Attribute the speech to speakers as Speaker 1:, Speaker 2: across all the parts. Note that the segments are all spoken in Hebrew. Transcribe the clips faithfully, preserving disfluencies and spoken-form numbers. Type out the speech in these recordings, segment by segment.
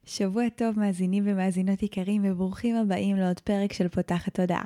Speaker 1: שבוע טוב מאזינים ומאזינות יקרים, וברוכים הבאים לעוד פרק של פותחת תודעה.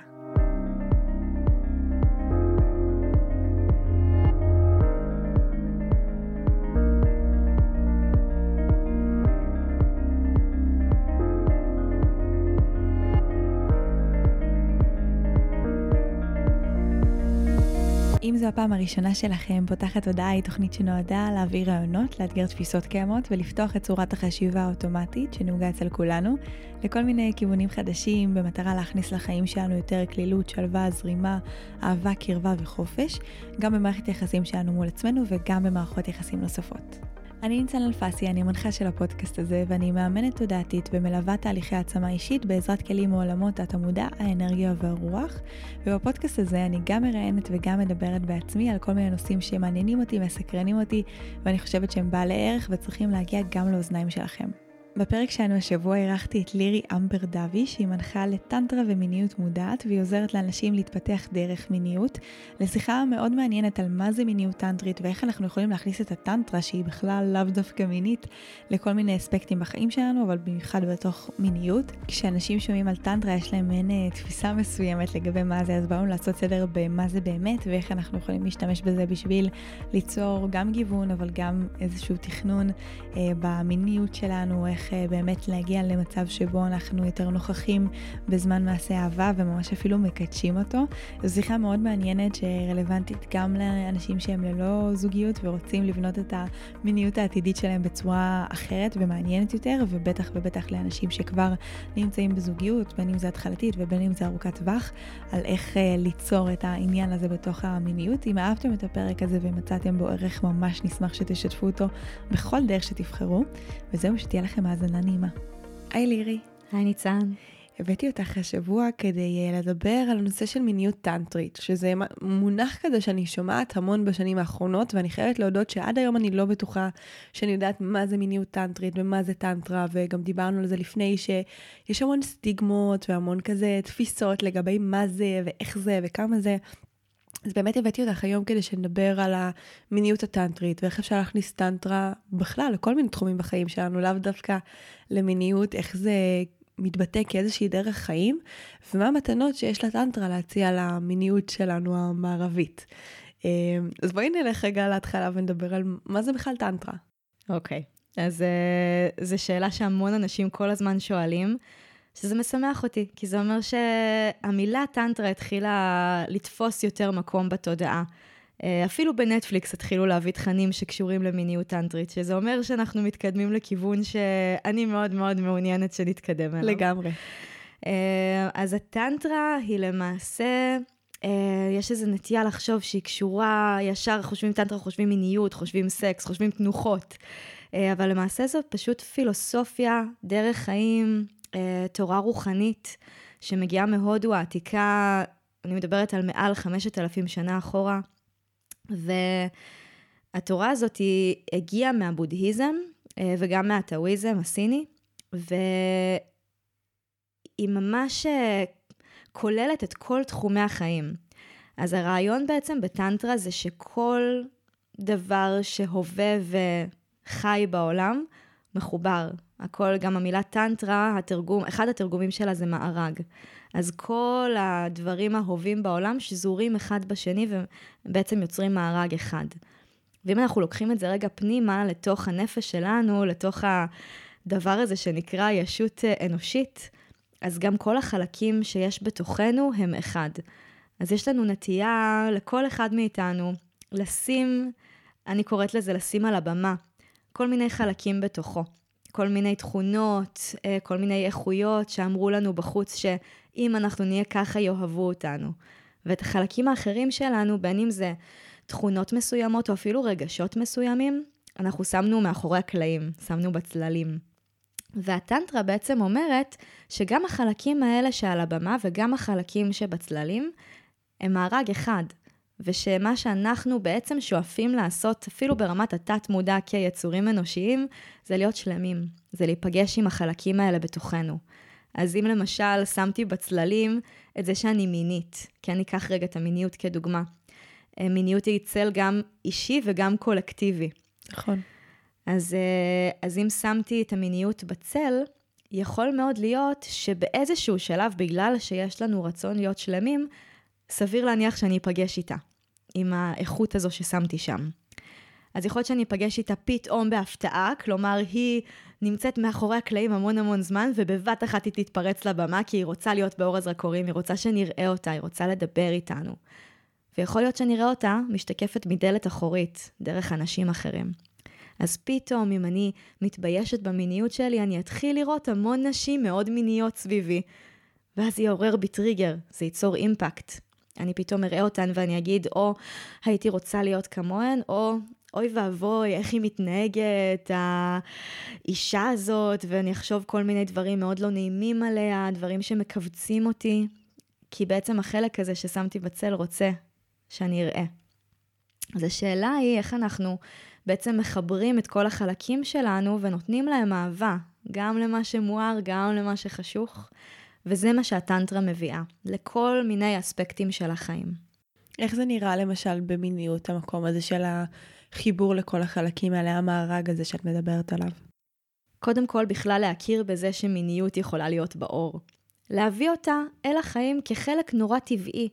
Speaker 1: אם זו הפעם הראשונה שלכם, פותחת תודעה היא תוכנית שנועדה להעביר רעיונות, לאתגר תפיסות קיימות ולפתוח את צורת החשיבה האוטומטית שנהוגה אצל כולנו לכל מיני כיוונים חדשים במטרה להכניס לחיים שלנו יותר כלילות, שלווה, זרימה, אהבה, קרבה וחופש, גם במערכת יחסים שלנו מול עצמנו וגם במערכות יחסים נוספות. אני ניצן אלפסי, אני מנחה של הפודקאסט הזה, ואני מאמנת תודעתית ומלווה תהליכי העצמה אישית בעזרת כלים מעולמות התמודע, האנרגיה והרוח. ובפודקאסט הזה אני גם מראיינת וגם מדברת בעצמי על כל מיני נושאים שמעניינים אותי, מסקרנים אותי, ואני חושבת שהם בעלי ערך וצריכים להגיע גם לאוזניים שלכם. בפרק שלנו השבוע אירחתי את לירי אמבר דווי, שהיא מנחה לטנטרה ומיניות מודעת, והיא עוזרת לאנשים להתפתח דרך מיניות, לשיחה מאוד מעניינת על מה זה מיניות טנטרית, ואיך אנחנו יכולים להכניס את הטנטרה, שהיא בכלל לאו דווקא מינית, לכל מיני אספקטים בחיים שלנו, אבל במיוחד בתוך מיניות. כשאנשים שומעים על טנטרה, יש להם מעין תפיסה מסוימת לגבי מה זה, אז באנו לעשות סדר במה זה באמת, ואיך אנחנו יכולים להשתמש בזה בשביל ליצור גם גיוון, אבל גם איזשהו תכנון אה, במיניות שלנו, איך באמת להגיע למצב שבו אנחנו יותר נוכחים בזמן מעשה אהבה וממש אפילו מקדשים אותו. זו שיחה מאוד מעניינת שרלוונטית גם לאנשים שהם ללא זוגיות ורוצים לבנות את המיניות העתידית שלהם בצורה אחרת ומעניינת יותר, ובטח ובטח לאנשים שכבר נמצאים בזוגיות, בין אם זה התחלתית ובין אם זה ארוכת טווח, על איך ליצור את העניין הזה בתוך המיניות. אם אהבתם את הפרק הזה ומצאתם בו ערך, ממש נשמח שתשתפו אותו בכל דרך שתבחרו, וזהו, שתהיה לכם האזנה נעימה. היי לירי.
Speaker 2: היי ניצן.
Speaker 1: הבאתי אותך השבוע כדי לדבר על הנושא של מיניות טנטרית, שזה מונח כזה שאני שומעת המון בשנים האחרונות, ואני חייבת להודות שעד היום אני לא בטוחה שאני יודעת מה זה מיניות טנטרית ומה זה טנטרה, וגם דיברנו על זה לפני, שיש המון סטיגמות והמון כזה תפיסות לגבי מה זה ואיך זה וכמה זה. אז באמת הבאתי אותך היום כדי שנדבר על המיניות הטנטרית, ואיך אפשר להכניס טנטרה בכלל לכל מיני תחומים בחיים שלנו, לאו דווקא למיניות, איך זה מתבטא כאיזושהי דרך חיים, ומה המתנות שיש לטנטרה להציע למיניות שלנו המערבית. אז בואי נלך רגע להתחלה ונדבר על מה זה בכלל טנטרה.
Speaker 2: אוקיי, אז זו שאלה שהמון אנשים כל הזמן שואלים, שזה משמח אותי, כי זה אומר שהמילה טנטרה התחילה לתפוס יותר מקום בתודעה. אפילו בנטפליקס התחילו להביא תכנים שקשורים למיניות טנטרית, שזה אומר שאנחנו מתקדמים לכיוון שאני מאוד מאוד מעוניינת שנתקדם אליו.
Speaker 1: לגמרי.
Speaker 2: אז הטנטרה היא למעשה, יש איזו נטייה לחשוב שהיא קשורה, ישר חושבים טנטרה, חושבים מיניות, חושבים סקס, חושבים תנוחות, אבל למעשה זאת פשוט פילוסופיה, דרך חיים, תורה רוחנית שמגיעה מהודו העתיקה, אני מדברת על מעל חמשת אלפים שנה אחורה, והתורה הזאת היא הגיעה מהבודהיזם וגם מהטאואיזם הסיני, והיא ממש כוללת את כל תחומי החיים. אז הרעיון בעצם בטנטרה זה שכל דבר שהווה וחי בעולם מחובר. הכל, גם המילה טנטרה, התרגום, אחד התרגומים שלה זה מארג. אז כל הדברים ההובים בעולם שזורים אחד בשני ובעצם יוצרים מארג אחד. ואם אנחנו לוקחים את זה רגע פנימה לתוך הנפש שלנו, לתוך הדבר הזה שנקרא ישות אנושית, אז גם כל החלקים שיש בתוכנו הם אחד. אז יש לנו נטייה לכל אחד מאיתנו לשים, אני קוראת לזה לשים על הבמה, כל מיני חלקים בתוכו. כל מיני תכונות, כל מיני איכויות שאמרו לנו בחוץ שאם אנחנו נהיה ככה יאהבו אותנו. ואת החלקים האחרים שלנו, בין אם זה תכונות מסוימות או אפילו רגשות מסוימים, אנחנו שמנו מאחורי הקלעים, שמנו בצללים. והטנטרה בעצם אומרת שגם החלקים האלה שעל הבמה וגם החלקים שבצללים הם מארג אחד. ושמה שאנחנו בעצם שואפים לעשות, אפילו ברמת התת מודע כיצורים אנושיים, זה להיות שלמים, זה להיפגש עם החלקים האלה בתוכנו. אז אם למשל שמתי בצללים את זה שאני מינית, כי אני אקח רגע את המיניות כדוגמה. מיניות היא צל גם אישי וגם קולקטיבי.
Speaker 1: נכון.
Speaker 2: אז, אז אם שמתי את המיניות בצל, יכול מאוד להיות שבאיזשהו שלב, בגלל שיש לנו רצון להיות שלמים, סביר להניח שאני אפגש איתה, עם האיכות הזו ששמתי שם. אז יכול להיות שאני אפגש איתה פתאום בהפתעה, כלומר היא נמצאת מאחורי הקלעים המון המון זמן, ובבת אחת היא תתפרץ לבמה, כי היא רוצה להיות באור הזרקורים, היא רוצה שנראה אותה, היא רוצה לדבר איתנו. ויכול להיות שנראה אותה משתקפת מדלת אחורית, דרך אנשים אחרים. אז פתאום אם אני מתביישת במיניות שלי, אני אתחיל לראות המון נשים מאוד מיניות סביבי, ואז זה יעורר בי טריגר, זה ייצור אימפקט. אני פתאום אראה אותן ואני אגיד, או הייתי רוצה להיות כמוהן, או אוי ואבוי, איך היא מתנהגת, האישה הזאת, ואני אחשוב כל מיני דברים מאוד לא נעימים עליה, דברים שמקבצים אותי, כי בעצם החלק הזה ששמתי בצל רוצה שאני אראה. אז השאלה היא איך אנחנו בעצם מחברים את כל החלקים שלנו ונותנים להם אהבה, גם למה שמואר, גם למה שחשוך, וזה מה שהטנטרה מביאה, לכל מיני אספקטים של החיים.
Speaker 1: איך זה נראה למשל במיניות, המקום הזה של החיבור לכל החלקים האלה, המארג הזה שאת מדברת עליו?
Speaker 2: קודם כל בכלל להכיר בזה שמיניות יכולה להיות באור. להביא אותה אל החיים כחלק נורא טבעי.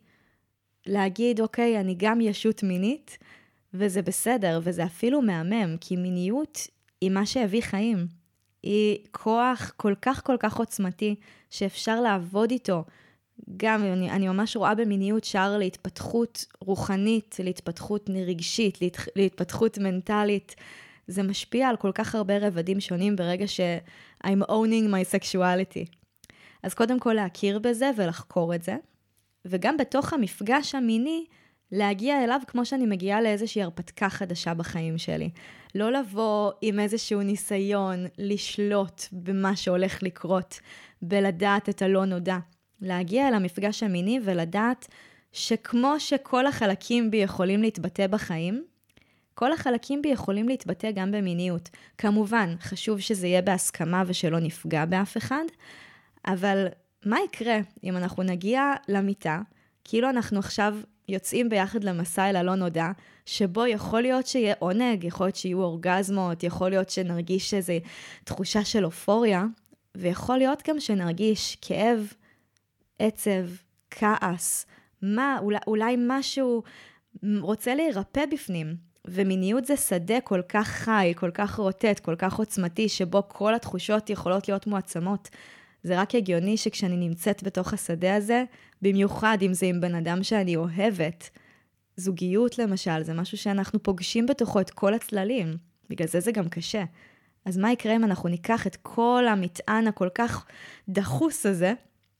Speaker 2: להגיד, אוקיי, אני גם ישות מינית, וזה בסדר, וזה אפילו מהמם, כי מיניות היא מה שהביא חיים. היא כוח כל כך כל כך עוצמתי, שאפשר לעבוד איתו. גם אני, אני ממש רואה במיניות שער להתפתחות רוחנית, להתפתחות רגשית, להת, להתפתחות מנטלית. זה משפיע על כל כך הרבה רבדים שונים ברגע ש- I'm owning my sexuality. אז קודם כל להכיר בזה ולחקור את זה. וגם בתוך המפגש המיני, להגיע אליו כמו שאני מגיעה לאיזושהי הרפתקה חדשה בחיים שלי. לא לבוא עם איזשהו ניסיון לשלוט במה שהולך לקרות, בלדעת את הלא נודע. להגיע אל המפגש המיני ולדעת שכמו שכל החלקים בי יכולים להתבטא בחיים, כל החלקים בי יכולים להתבטא גם במיניות. כמובן, חשוב שזה יהיה בהסכמה ושלא נפגע באף אחד, אבל מה יקרה אם אנחנו נגיע למיטה, כאילו אנחנו עכשיו יוצאים ביחד למסע אל הלא נודע, שבו יכול להיות שיהיה עונג, יכול להיות שיהיו אורגזמות, יכול להיות שנרגיש איזו תחושה של אופוריה, ויכול להיות גם שנרגיש כאב, עצב, כעס, מה, אולי, אולי משהו רוצה להירפא בפנים, ומיניות זה שדה כל כך חי, כל כך רוטט, כל כך עוצמתי, שבו כל התחושות יכולות להיות מועצמות. זה רק הגיוני שכשאני נמצאת בתוך השדה הזה, במיוחד אם זה עם בן אדם שאני אוהבת, זוגיות למשל, זה משהו שאנחנו פוגשים בתוכו את כל הצללים, בגלל זה זה גם קשה. אז מה יקרה אם אנחנו ניקח את כל המטען הכל כך דחוס הזה,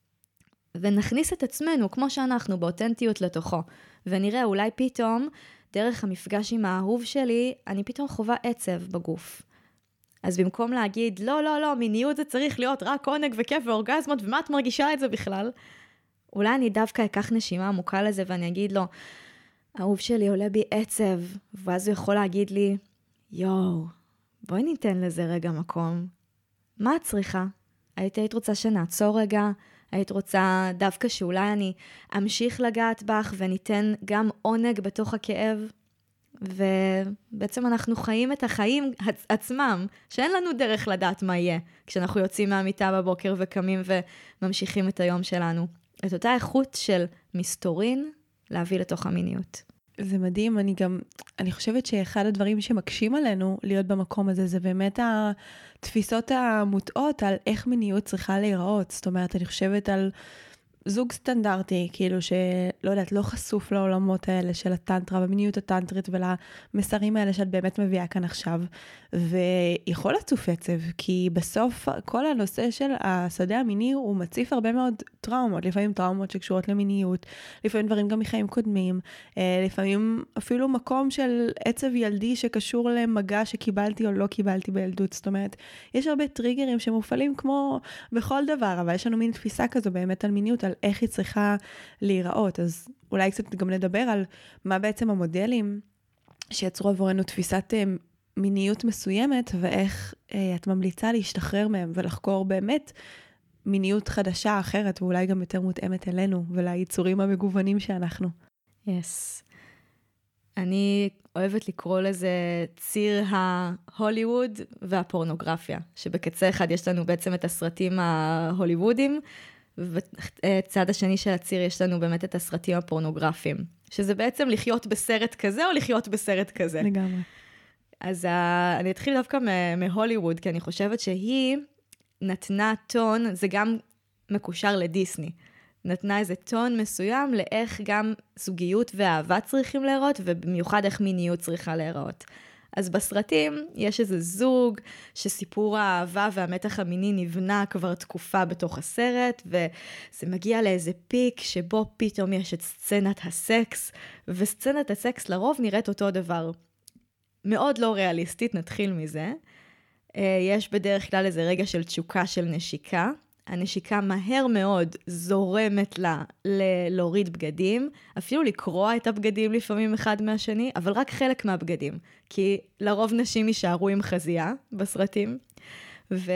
Speaker 2: ונכניס את עצמנו כמו שאנחנו באותנטיות לתוכו, ונראה אולי פתאום, דרך המפגש עם האהוב שלי, אני פתאום חווה עצב בגוף. אז במקום להגיד, לא, לא, לא, מיניות זה צריך להיות רק עונג וכיף ואורגזמות, ומה את מרגישה את זה בכלל? אולי אני דווקא אקח נשימה עמוקה לזה, ואני אגיד לו, האהוב שלי עולה בי עצב, ואז הוא יכול להגיד לי, יואו, בואי ניתן לזה רגע מקום. מה את צריכה? היית, היית רוצה שנעצור רגע? היית רוצה דווקא שאולי אני אמשיך לגעת בך, וניתן גם עונג בתוך הכאב? ובעצם אנחנו חיים את החיים עצמם, שאין לנו דרך לדעת מה יהיה, כשאנחנו יוצאים מהמיטה בבוקר וקמים וממשיכים את היום שלנו. את אותה איכות של מסתורין להביא לתוך המיניות.
Speaker 1: זה מדהים, אני גם, אני חושבת שאחד הדברים שמקשים עלינו להיות במקום הזה, זה באמת התפיסות המוטעות על איך מיניות צריכה להיראות. זאת אומרת, אני חושבת על זוג סטנדרטי, כאילו שלא יודעת, לא חשוף לעולמות האלה של הטנטרה, במיניות הטנטרית ולמסרים האלה שאת באמת מביאה כאן עכשיו, ויכול לצוף עצב, כי בסוף כל הנושא של השדה המיני הוא מציף הרבה מאוד טראומות, לפעמים טראומות שקשורות למיניות, לפעמים דברים גם מחיים קודמים, לפעמים אפילו מקום של עצב ילדי שקשור למגע שקיבלתי או לא קיבלתי בילדות, זאת אומרת, יש הרבה טריגרים שמופעלים כמו בכל דבר, אבל יש לנו מין תפיסה כזו באמת על מיניות, על איך היא צריכה להיראות. אז אולי קצת גם נדבר על מה בעצם המודלים שיצרו עבורנו תפיסת מיניות מסוימת, ואיך אה, את ממליצה להשתחרר מהם ולחקור באמת מיניות חדשה אחרת, ואולי גם יותר מותאמת אלינו וליצורים המגוונים שאנחנו.
Speaker 2: Yes. אני אוהבת לקרוא לזה ציר ההוליווד והפורנוגרפיה, שבקצה אחד יש לנו בעצם את הסרטים ההוליוודים, ובצד השני של הציר יש לנו באמת את הסרטים הפורנוגרפיים, שזה בעצם לחיות בסרט כזה או לחיות בסרט כזה.
Speaker 1: לגמרי.
Speaker 2: אז uh, אני אתחיל דווקא מהוליווד, כי אני חושבת שהיא נתנה טון, זה גם מקושר לדיסני, נתנה איזה טון מסוים לאיך גם זוגיות ואהבה צריכים להיראות, ובמיוחד איך מיניות צריכה להיראות. אז בסרטים יש איזה זוג שסיפור האהבה והמתח המיני נבנה כבר תקופה בתוך הסרט, וזה מגיע לאיזה פיק שבו פתאום יש את סצנת הסקס, וסצנת הסקס לרוב נראית אותו דבר. מאוד לא ריאליסטית, נתחיל מזה. יש בדרך כלל איזה רגע של תשוקה של נשיקה, הנשיקה מהר מאוד זורמת לה להוריד בגדים, אפילו לקרוע את הבגדים לפעמים אחד מהשני, אבל רק חלק מהבגדים, כי לרוב נשים יישארו עם חזייה בסרטים, ו...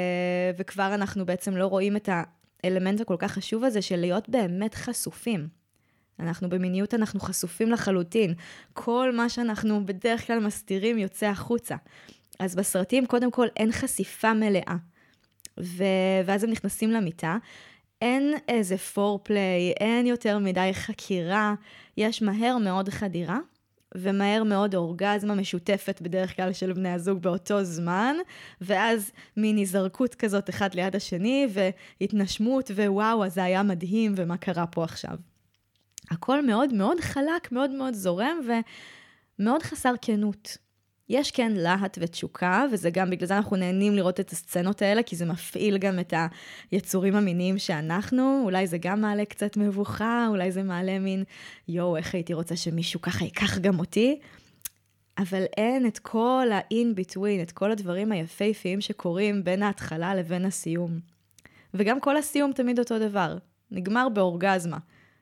Speaker 2: וכבר אנחנו בעצם לא רואים את האלמנט הכל כך חשוב הזה של להיות באמת חשופים. אנחנו במיניות, אנחנו חשופים לחלוטין. כל מה שאנחנו בדרך כלל מסתירים יוצא החוצה. אז בסרטים קודם כל אין חשיפה מלאה. ו... ואז הם נכנסים למיטה, אין איזה פורפליי, אין יותר מדי חקירה, יש מהר מאוד חדירה, ומהר מאוד אורגזמה משותפת בדרך כלל של בני הזוג באותו זמן, ואז מין הזרקות כזאת אחד ליד השני, והתנשמות, ווואו, אז זה היה מדהים, ומה קרה פה עכשיו. הכל מאוד מאוד חלק, מאוד מאוד זורם, ומאוד חסר כנות. יש כן להט ותשוקה, וזה גם בגלל זה אנחנו נהנים לראות את הסצנות האלה, כי זה מפעיל גם את היצורים המיניים שאנחנו, אולי זה גם מעלה קצת מבוכה, אולי זה מעלה מין, יואו, איך הייתי רוצה שמישהו ככה ייקח גם אותי, אבל אין את כל ה-in-between, את כל הדברים היפהפיים שקורים בין ההתחלה לבין הסיום. וגם כל הסיום תמיד אותו דבר, נגמר באורגזמה.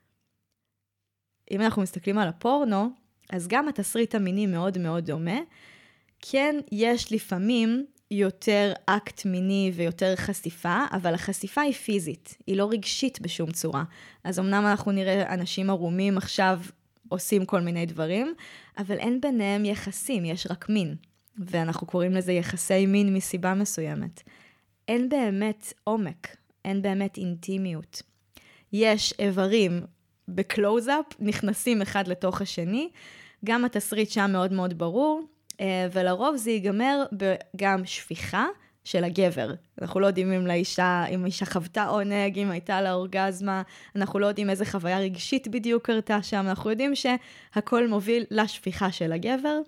Speaker 2: אם אנחנו מסתכלים על הפורנו, אז גם התסריט המיני מאוד מאוד דומה, כן, יש לפעמים יותר אקט מיני ויותר חשיפה, אבל החשיפה היא פיזית, היא לא רגשית בשום צורה. אז אמנם אנחנו נראה אנשים ערומים עכשיו עושים כל מיני דברים, אבל אין ביניהם יחסים, יש רק מין. ואנחנו קוראים לזה יחסי מין מסיבה מסוימת. אין באמת עומק, אין באמת אינטימיות. יש איברים בקלוז-אפ, נכנסים אחד לתוך השני, גם התסריט שם מאוד מאוד ברור, ולרוב זה ייגמר גם שפיכה של הגבר. אנחנו לא יודעים אם לאישה, אם אישה חוותה עונג, אם הייתה לה אורגזמה, אנחנו לא יודעים איזה חוויה רגשית בדיוק קרתה שם, אנחנו יודעים שהכל מוביל לשפיכה של הגבר,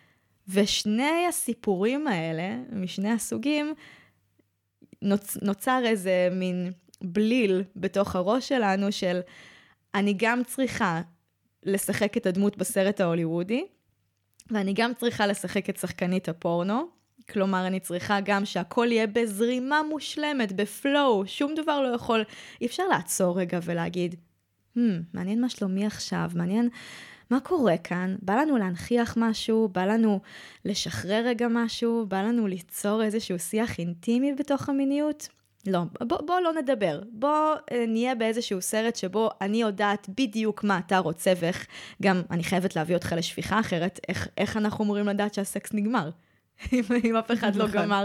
Speaker 2: ושני הסיפורים האלה, משני הסוגים, נוצ, נוצר איזה מין בליל בתוך הראש שלנו של אני גם צריכה לשחק את הדמות בסרט ההוליוודי, ואני גם צריכה לשחק את שחקנית הפורנו, כלומר אני צריכה גם שהכל יהיה בזרימה מושלמת, בפלואו, שום דבר לא יכול, אי אפשר לעצור רגע ולהגיד, hmm, מעניין מה שלומי עכשיו, מעניין מה קורה כאן, בא לנו להנחיח משהו, בא לנו לשחרר רגע משהו, בא לנו ליצור איזשהו שיח אינטימי בתוך המיניות, לא, בוא, בוא לא נדבר, בוא נהיה באיזשהו סרט שבו אני יודעת בדיוק מה אתה רוצה, ואיך גם אני חייבת להביא אותך לשפיכה אחרת, איך, איך אנחנו אמורים לדעת שהסקס נגמר, אם, אם אף אחד לא גמר.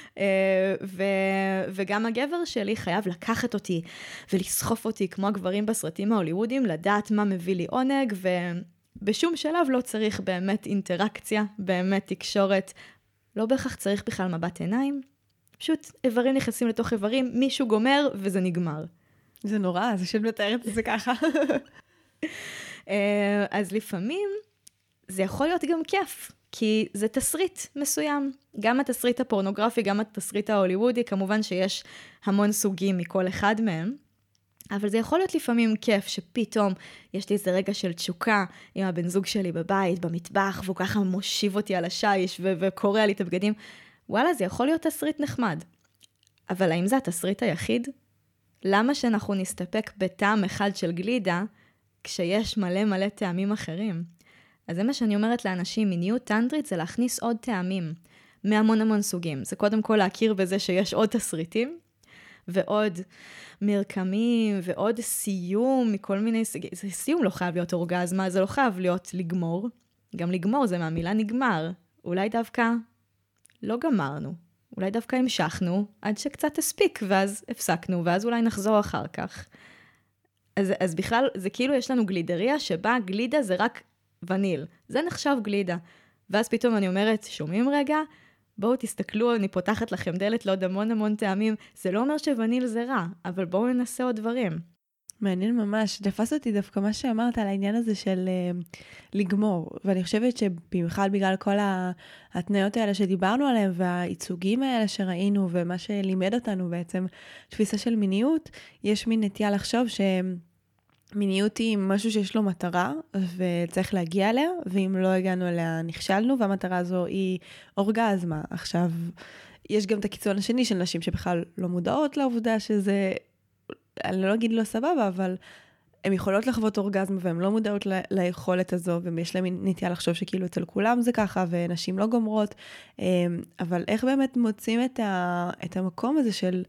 Speaker 2: ו, וגם הגבר שלי חייב לקחת אותי ולסחוף אותי כמו הגברים בסרטים ההוליוודים, לדעת מה מביא לי עונג, ובשום שלב לא צריך באמת אינטראקציה, באמת תקשורת, לא בהכרח צריך בכלל מבט עיניים, פשוט איברים נכנסים לתוך איברים, מישהו גומר וזה נגמר.
Speaker 1: זה נורא, זה שאת מתארת את זה ככה.
Speaker 2: אז לפעמים זה יכול להיות גם כיף, כי זה תסריט מסוים. גם התסריט הפורנוגרפי, גם התסריט ההוליוודי, כמובן שיש המון סוגים מכל אחד מהם, אבל זה יכול להיות לפעמים כיף שפתאום יש לי איזה רגע של תשוקה עם הבן זוג שלי בבית, במטבח, והוא ככה מושיב אותי על השיש ו- וקורא לי את הבגדים. וואלה, זה יכול להיות תסריט נחמד. אבל האם זה התסריט היחיד? למה שאנחנו נסתפק בטעם אחד של גלידה, כשיש מלא מלא טעמים אחרים? אז זה מה שאני אומרת לאנשים, מיניות טנטרית זה להכניס עוד טעמים, מהמון המון סוגים. זה קודם כל להכיר בזה שיש עוד תסריטים, ועוד מרקמים, ועוד סיום מכל מיני סוגים. זה סיום לא חייב להיות אורגזמה, זה לא חייב להיות לגמור. גם לגמור זה מהמילה נגמר. אולי דווקא לא גמרנו. אולי דווקא המשכנו עד שקצת הספיק, ואז הפסקנו, ואז אולי נחזור אחר כך. אז, אז בכלל, זה כאילו יש לנו גלידריה, שבה גלידה זה רק וניל. זה נחשב גלידה. ואז פתאום אני אומרת, שומעים רגע? בואו תסתכלו, אני פותחת לכם דלת לעוד המון המון טעמים. זה לא אומר שווניל זה רע, אבל בואו ננסה עוד דברים.
Speaker 1: מעניין ממש, תפס אותי דווקא מה שאמרת על העניין הזה של uh, לגמור, ואני חושבת שבמיוחד בגלל כל התניות האלה שדיברנו עליהם, והייצוגים האלה שראינו, ומה שלימד אותנו בעצם, תפיסה של מיניות, יש מין נטייה לחשוב שמיניות היא משהו שיש לו מטרה, וצריך להגיע אליה, ואם לא הגענו אליה נכשלנו, והמטרה הזו היא אורגזמה. עכשיו, יש גם את הקיצון השני של נשים שבכלל לא מודעות לעובדה שזה, אני לא אגיד לא סבבה, אבל הן יכולות לחוות אורגזמה, והן לא מודעות ל- ליכולת הזו, ויש להן נטייה לחשוב שכאילו אצל כולם זה ככה, ונשים לא גומרות, אבל איך באמת מוצאים את, ה- את המקום הזה של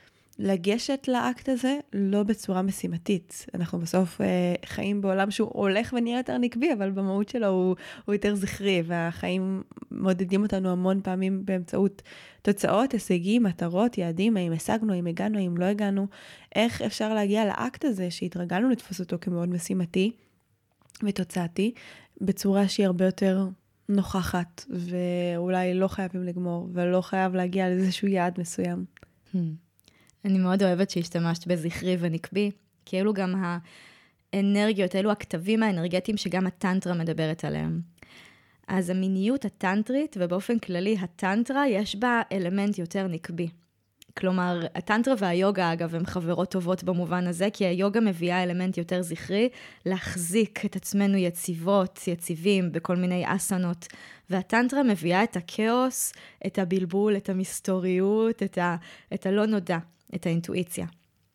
Speaker 1: לגשת לאקט הזה, לא בצורה משימתית. אנחנו בסוף אה, חיים בעולם שהוא הולך ונהיה יותר נקבי, אבל במהות שלו הוא, הוא יותר זכרי, והחיים מודדים אותנו המון פעמים באמצעות תוצאות, הישגים, מטרות, יעדים, האם השגנו, האם הגענו, האם לא הגענו, איך אפשר להגיע לאקט הזה, שהתרגלנו לתפוס אותו כמאוד משימתי ותוצאתי, בצורה שהיא הרבה יותר נוכחת, ואולי לא חייבים לגמור, ולא חייב להגיע לאיזשהו יעד מסוים.
Speaker 2: Hmm. אני מאוד אוהבת שהשתמשת בזכרי ונקבי, כי אלו גם האנרגיות, אלו הכתבים האנרגטיים שגם הטנטרה מדברת עליהם. אז המיניות הטנטרית, ובאופן כללי הטנטרה, יש בה אלמנט יותר נקבי. כלומר, הטנטרה והיוגה, אגב, הן חברות טובות במובן הזה, כי היוגה מביאה אלמנט יותר זכרי, להחזיק את עצמנו יציבות, יציבים, בכל מיני אסנות, והטנטרה מביאה את הכאוס, את הבלבול, את המסתוריות, את, ה, את הלא נודע, את האינטואיציה.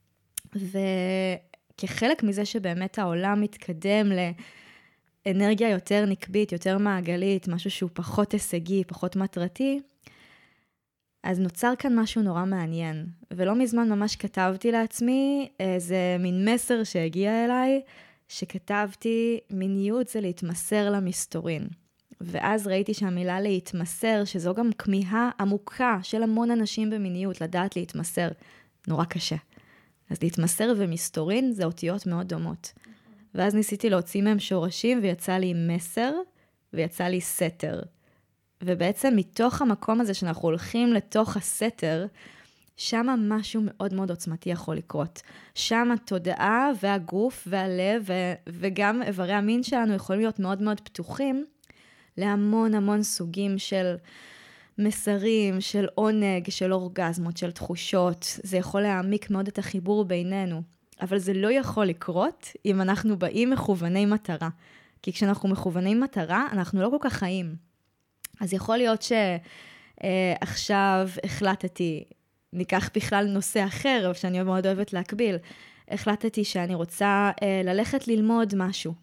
Speaker 2: וכחלק מזה שבאמת העולם מתקדם לאנרגיה יותר נקבית, יותר מעגלית, משהו שהוא פחות הישגי, פחות מטרתי, אז נוצר כאן משהו נורא מעניין, ולא מזמן ממש כתבתי לעצמי איזה מין מסר שהגיע אליי, שכתבתי, מיניות זה להתמסר למסתורין. ואז ראיתי שהמילה להתמסר, שזו גם כמיהה עמוקה של המון אנשים במיניות, לדעת להתמסר, נורא קשה. אז להתמסר ומסתורין זה אותיות מאוד דומות. ואז ניסיתי להוציא מהם שורשים, ויצא לי מסר, ויצא לי סתר. ובעצם מתוך המקום הזה שאנחנו הולכים לתוך הסתר, שם משהו מאוד מאוד עוצמתי יכול לקרות. שם התודעה והגוף והלב ו- וגם איברי המין שלנו יכולים להיות מאוד מאוד פתוחים, להמון המון סוגים של מסרים, של עונג, של אורגזמות, של תחושות. זה יכול להעמיק מאוד את החיבור בינינו. אבל זה לא יכול לקרות אם אנחנו באים מכווני מטרה. כי כשאנחנו מכווני מטרה, אנחנו לא כל כך חיים. אז יכול להיות שעכשיו החלטתי, ניקח בכלל נושא אחר, שאני מאוד אוהבת להקביל, החלטתי שאני רוצה ללכת ללמוד משהו.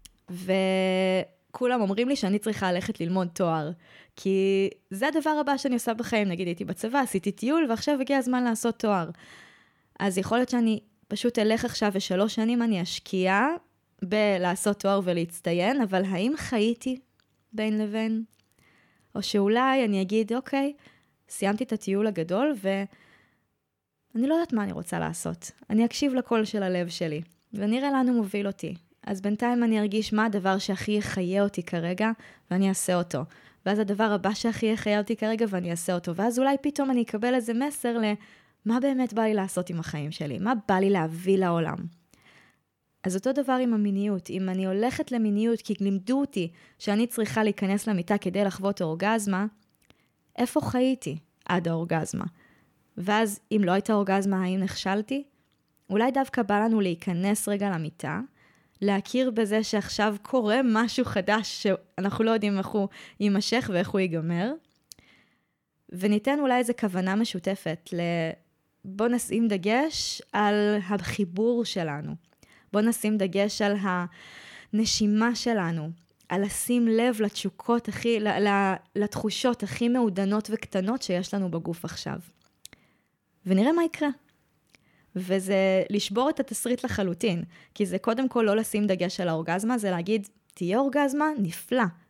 Speaker 2: וכולם אומרים לי שאני צריכה ללכת ללמוד תואר, כי זה הדבר הבא שאני עושה בחיים. נגיד, הייתי בצבא, עשיתי טיול, ועכשיו הגיע הזמן לעשות תואר. אז יכול להיות שאני פשוט אלך עכשיו ושלוש שנים אני אשקיע בלעשות תואר ולהצטיין, אבל האם חייתי בין לבין? או שאולי אני אגיד, אוקיי, סיימתי את הטיול הגדול, ואני לא יודעת מה אני רוצה לעשות. אני אקשיב לקול של הלב שלי, ונראה לאן הוא מוביל אותי. אז בינתיים אני ארגיש מה הדבר שהכי יחיה אותי כרגע, ואני אעשה אותו. ואז הדבר הבא שהכי יחיה אותי כרגע, ואני אעשה אותו. ואז אולי פתאום אני אקבל איזה מסר למה באמת בא לי לעשות עם החיים שלי, מה בא לי להביא לעולם. אז אותו דבר עם המיניות. אם אני הולכת למיניות כי לימדו אותי שאני צריכה להיכנס למיטה כדי לחוות אורגזמה, איפה חייתי עד האורגזמה? ואז אם לא הייתה אורגזמה, האם נכשלתי? אולי דווקא בא לנו להיכנס רגע למיטה, להכיר בזה שעכשיו קורה משהו חדש שאנחנו לא יודעים איך הוא יימשך ואיך הוא ייגמר, וניתן אולי איזו כוונה משותפת, בוא נשים דגש על החיבור שלנו. בוא נשים דגש על הנשימה שלנו, על לשים לב לתשוקות הכי, לתחושות הכי מעודנות וקטנות שיש לנו בגוף עכשיו. ונראה מה יקרה. וזה לשבור את התסריט לחלוטין, כי זה קודם כל לא לשים דגש על האורגזמה, זה להגיד, תהיה אורגזמה, נפלא,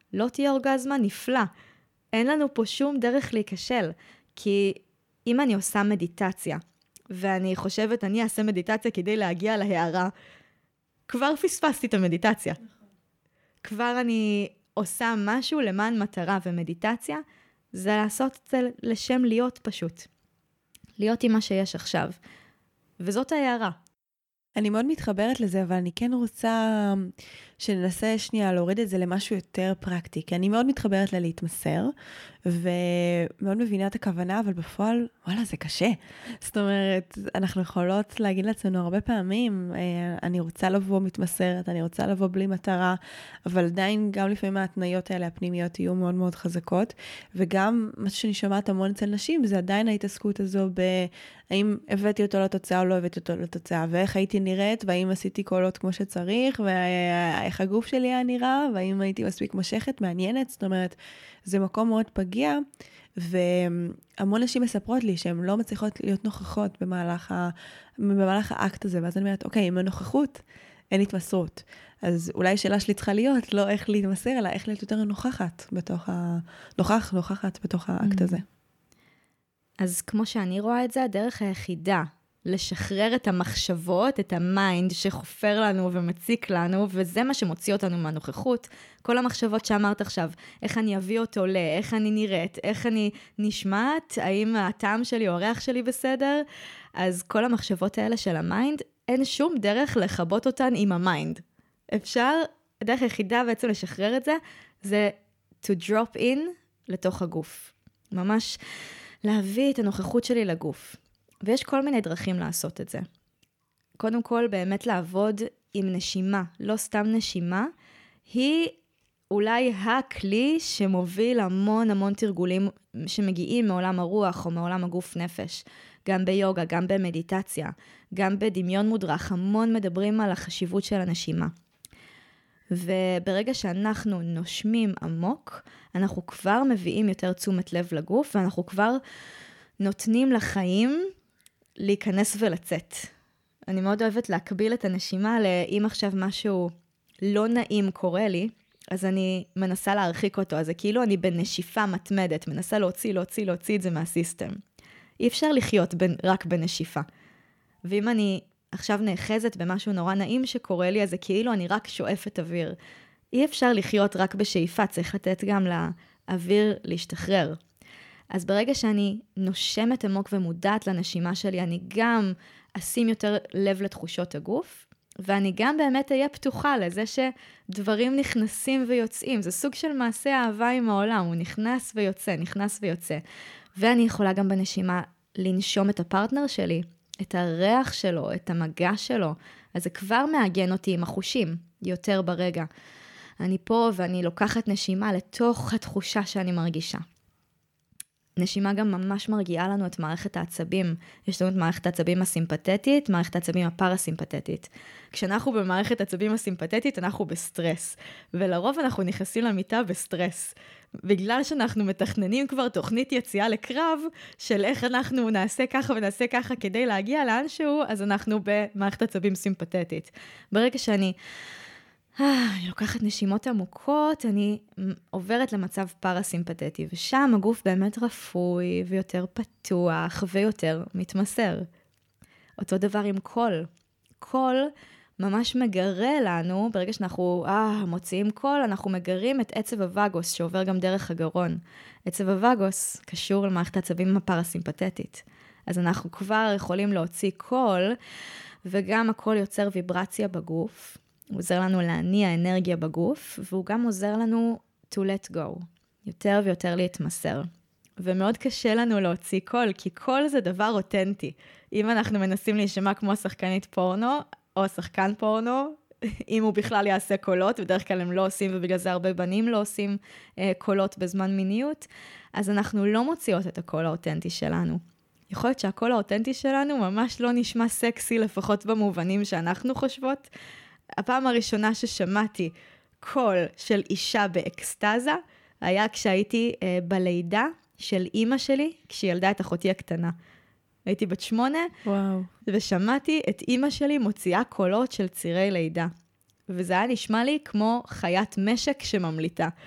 Speaker 2: לא תהיה אורגזמה, נפלא. אין לנו פה שום דרך להיכשל, כי אם אני עושה מדיטציה, ואני חושבת, אני אעשה מדיטציה כדי להגיע להערה, כבר פספסתי את המדיטציה. כבר אני עושה משהו למען מטרה, ומדיטציה זה לעשות את זה לשם להיות פשוט. להיות עם מה שיש עכשיו. וזאת ההערה.
Speaker 1: אני מאוד מתחברת לזה, אבל אני כן רוצה שננסה שנייה להוריד את זה למשהו יותר פרקטי, כי אני מאוד מתחברת לה להתמסר, ומאוד מבינה את הכוונה, אבל בפועל, וואלה, זה קשה. זאת אומרת, אנחנו יכולות להגיד לעצמנו הרבה פעמים, אני רוצה לבוא מתמסרת, אני רוצה לבוא בלי מטרה, אבל עדיין גם לפעמים ההתניות האלה הפנימיות יהיו מאוד מאוד חזקות, וגם מה שאני שומעת המון אצל נשים, זה עדיין ההתעסקות הזו ב... האם הבאתי אותו לתוצאה או לא הבאתי אותו לתוצאה, ואיך הייתי נראית, והאם עשיתי קולות כמו שצריך, ואיך הגוף שלי היה נראה, והאם הייתי מספיק מושכת, מעניינת, זאת אומרת, זה מקום מאוד פגיע, והמון נשים מספרות לי שהן לא מצליחות להיות נוכחות במהלך, ה... במהלך האקט הזה, ואז אני אומרת, אוקיי, עם הנוכחות אין התמסרות. אז אולי השאלה שלי צריכה להיות, לא איך להתמסר, אלא איך להיות יותר נוכחת בתוך ה... נוכח, נוכחת בתוך האקט הזה.
Speaker 2: אז כמו שאני רואה את זה, הדרך היחידה לשחרר את המחשבות, את המיינד שחופר לנו ומציק לנו, וזה מה שמוציא אותנו מהנוכחות. כל המחשבות שאמרת עכשיו, איך אני אביא אותו ל, איך אני נראית, איך אני נשמעת, האם הטעם שלי או הריח שלי בסדר, אז כל המחשבות האלה של המיינד, אין שום דרך לחבות אותן עם המיינד. אפשר, הדרך היחידה בעצם לשחרר את זה, זה to drop in לתוך הגוף. ממש להביא את הנוכחות שלי לגוף. ויש כל מיני דרכים לעשות את זה. קודם כל, באמת לעבוד עם נשימה, לא סתם נשימה, היא אולי הכלי שמוביל המון המון תרגולים שמגיעים מעולם הרוח או מעולם הגוף נפש, גם ביוגה, גם במדיטציה, גם בדמיון מודרך, המון מדברים על החשיבות של הנשימה. וברגע שאנחנו נושמים עמוק, אנחנו כבר מביאים יותר תשומת לב לגוף, ואנחנו כבר נותנים לחיים להיכנס ולצאת. אני מאוד אוהבת להקביל את הנשימה לאם עכשיו משהו לא נעים קורה לי, אז אני מנסה להרחיק אותו, אז זה כאילו אני בנשיפה מתמדת, מנסה להוציא, להוציא, להוציא את זה מהסיסטם. אי אפשר לחיות בין, רק בנשיפה. ואם אני עכשיו נאחזת במשהו נורא נעים שקורה לי, אז זה כאילו אני רק שואפת אוויר. אי אפשר לחיות רק בשאיפה, צריך לתת גם לאוויר להשתחרר. אז ברגע שאני נושמת עמוק ומודעת לנשימה שלי, אני גם אשים יותר לב לתחושות הגוף, ואני גם באמת אהיה פתוחה לזה שדברים נכנסים ויוצאים. זה סוג של מעשה אהבה עם העולם, הוא נכנס ויוצא, נכנס ויוצא. ואני יכולה גם בנשימה לנשום את הפרטנר שלי, את הריח שלו, את המגע שלו. אז זה כבר מעגן אותי עם החושים, יותר ברגע. אני פה ואני לוקחת נשימה לתוך התחושה שאני מרגישה. נשימה גם ממש מרגיעה לנו את מערכת העצבים. יש לנו את מערכת העצבים הסימפתטית, מערכת העצבים הפרסימפתטית. כשאנחנו במערכת העצבים הסימפתטית, אנחנו בסטרס. ולרוב אנחנו נכנסים למיטה בסטרס. בגלל שאנחנו מתכננים כבר תוכנית יציאה לקרב, של איך אנחנו נעשה ככה ונעשה ככה כדי להגיע לאנשהו, אז אנחנו במערכת העצבים סימפתטית. ברגע שאני אני לוקחת נשימות עמוקות, אני עוברת למצב פרסימפתטי, ושם הגוף באמת רפוי ויותר פתוח ויותר מתמסר. אותו דבר עם קול. קול ממש מגרה לנו, ברגע שאנחנו אה, מוציאים קול, אנחנו מגרים את עצב הווגוס, שעובר גם דרך הגרון. עצב הווגוס קשור למערכת העצבים הפרסימפתטית. אז אנחנו כבר יכולים להוציא קול, וגם הקול יוצר ויברציה בגוף, הוא עוזר לנו להניע אנרגיה בגוף, והוא גם עוזר לנו to let go, יותר ויותר להתמסר. ומאוד קשה לנו להוציא קול, כי קול זה דבר אותנטי. אם אנחנו מנסים להישמע כמו שחקנית פורנו, או שחקן פורנו, אם הוא בכלל יעשה קולות, בדרך כלל הם לא עושים, ובגלל זה הרבה בנים לא עושים אה, קולות בזמן מיניות, אז אנחנו לא מוציאות את הקול האותנטי שלנו. יכול להיות שהקול האותנטי שלנו ממש לא נשמע סקסי, לפחות במובנים שאנחנו חושבות, הפעם הראשונה ששמעתי קול של אישה באקסטאזה, היה כשהייתי אה, בלידה של אימא שלי, כשהיא ילדה את אחותי הקטנה. הייתי בת שמונה,
Speaker 1: וואו.
Speaker 2: ושמעתי את אימא שלי מוציאה קולות של צירי לידה. וזה היה נשמע לי כמו חיית משק שממליטה.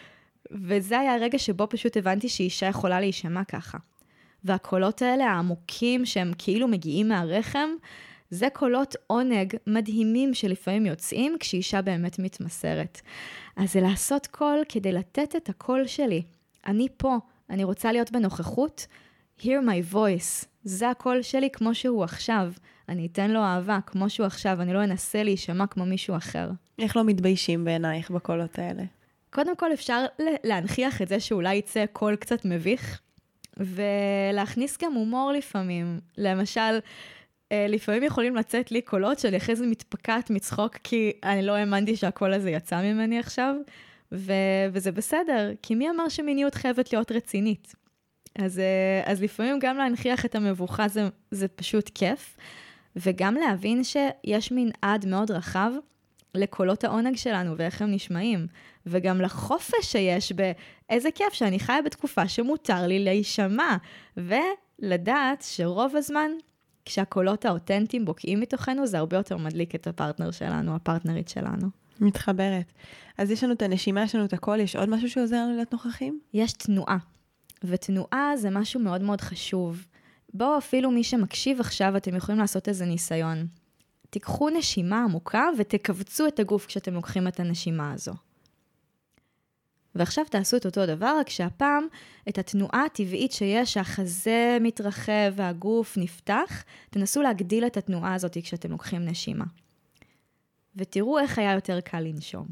Speaker 2: וזה היה הרגע שבו פשוט הבנתי שאישה יכולה להישמע ככה. והקולות האלה העמוקים שהם כאילו מגיעים מהרחם, זה קולות עונג מדהימים שלפעמים יוצאים כשאישה באמת מתמסרת. אז זה לעשות קול כדי לתת את הקול שלי. אני פה, אני רוצה להיות בנוכחות, hear my voice. זה הקול שלי כמו שהוא עכשיו. אני אתן לו אהבה כמו שהוא עכשיו, אני לא אנסה להישמע כמו מישהו אחר.
Speaker 1: איך לא מתביישים בעינייך בקולות האלה?
Speaker 2: קודם כל אפשר להנחיח את זה שאולי יצא קול קצת מביך, ולהכניס גם הומור לפעמים. למשל, לפעמים יכולים לצאת לי קולות שאני אחרי זה מתפקעת מצחוק, כי אני לא האמנתי שהקול הזה יצא ממני עכשיו, ו- וזה בסדר, כי מי אמר שמיניות חייבת להיות רצינית? אז, אז לפעמים גם להנחיח את המבוכה זה, זה פשוט כיף, וגם להבין שיש מנעד מאוד רחב לקולות העונג שלנו ואיך הם נשמעים, וגם לחופש שיש באיזה כיף שאני חיה בתקופה שמותר לי להישמע, ולדעת שרוב הזמן כשהקולות האותנטיים בוקעים מתוכנו, זה הרבה יותר מדליק את הפרטנר שלנו, הפרטנרית שלנו.
Speaker 1: מתחברת. אז יש לנו את הנשימה, יש לנו את הקול, יש עוד משהו שעוזר לנו להיות נוכחים?
Speaker 2: יש תנועה, ותנועה זה משהו מאוד מאוד חשוב. בואו אפילו מי שמקשיב עכשיו, אתם יכולים לעשות איזה ניסיון. תיקחו נשימה עמוקה ותקבצו את הגוף כשאתם לוקחים את הנשימה הזו. ועכשיו תעשו את אותו דבר, רק שהפעם את התנועה הטבעית שיש, שהחזה מתרחב והגוף נפתח, תנסו להגדיל את התנועה הזאת כשאתם לוקחים נשימה. ותראו איך היה יותר קל לנשום.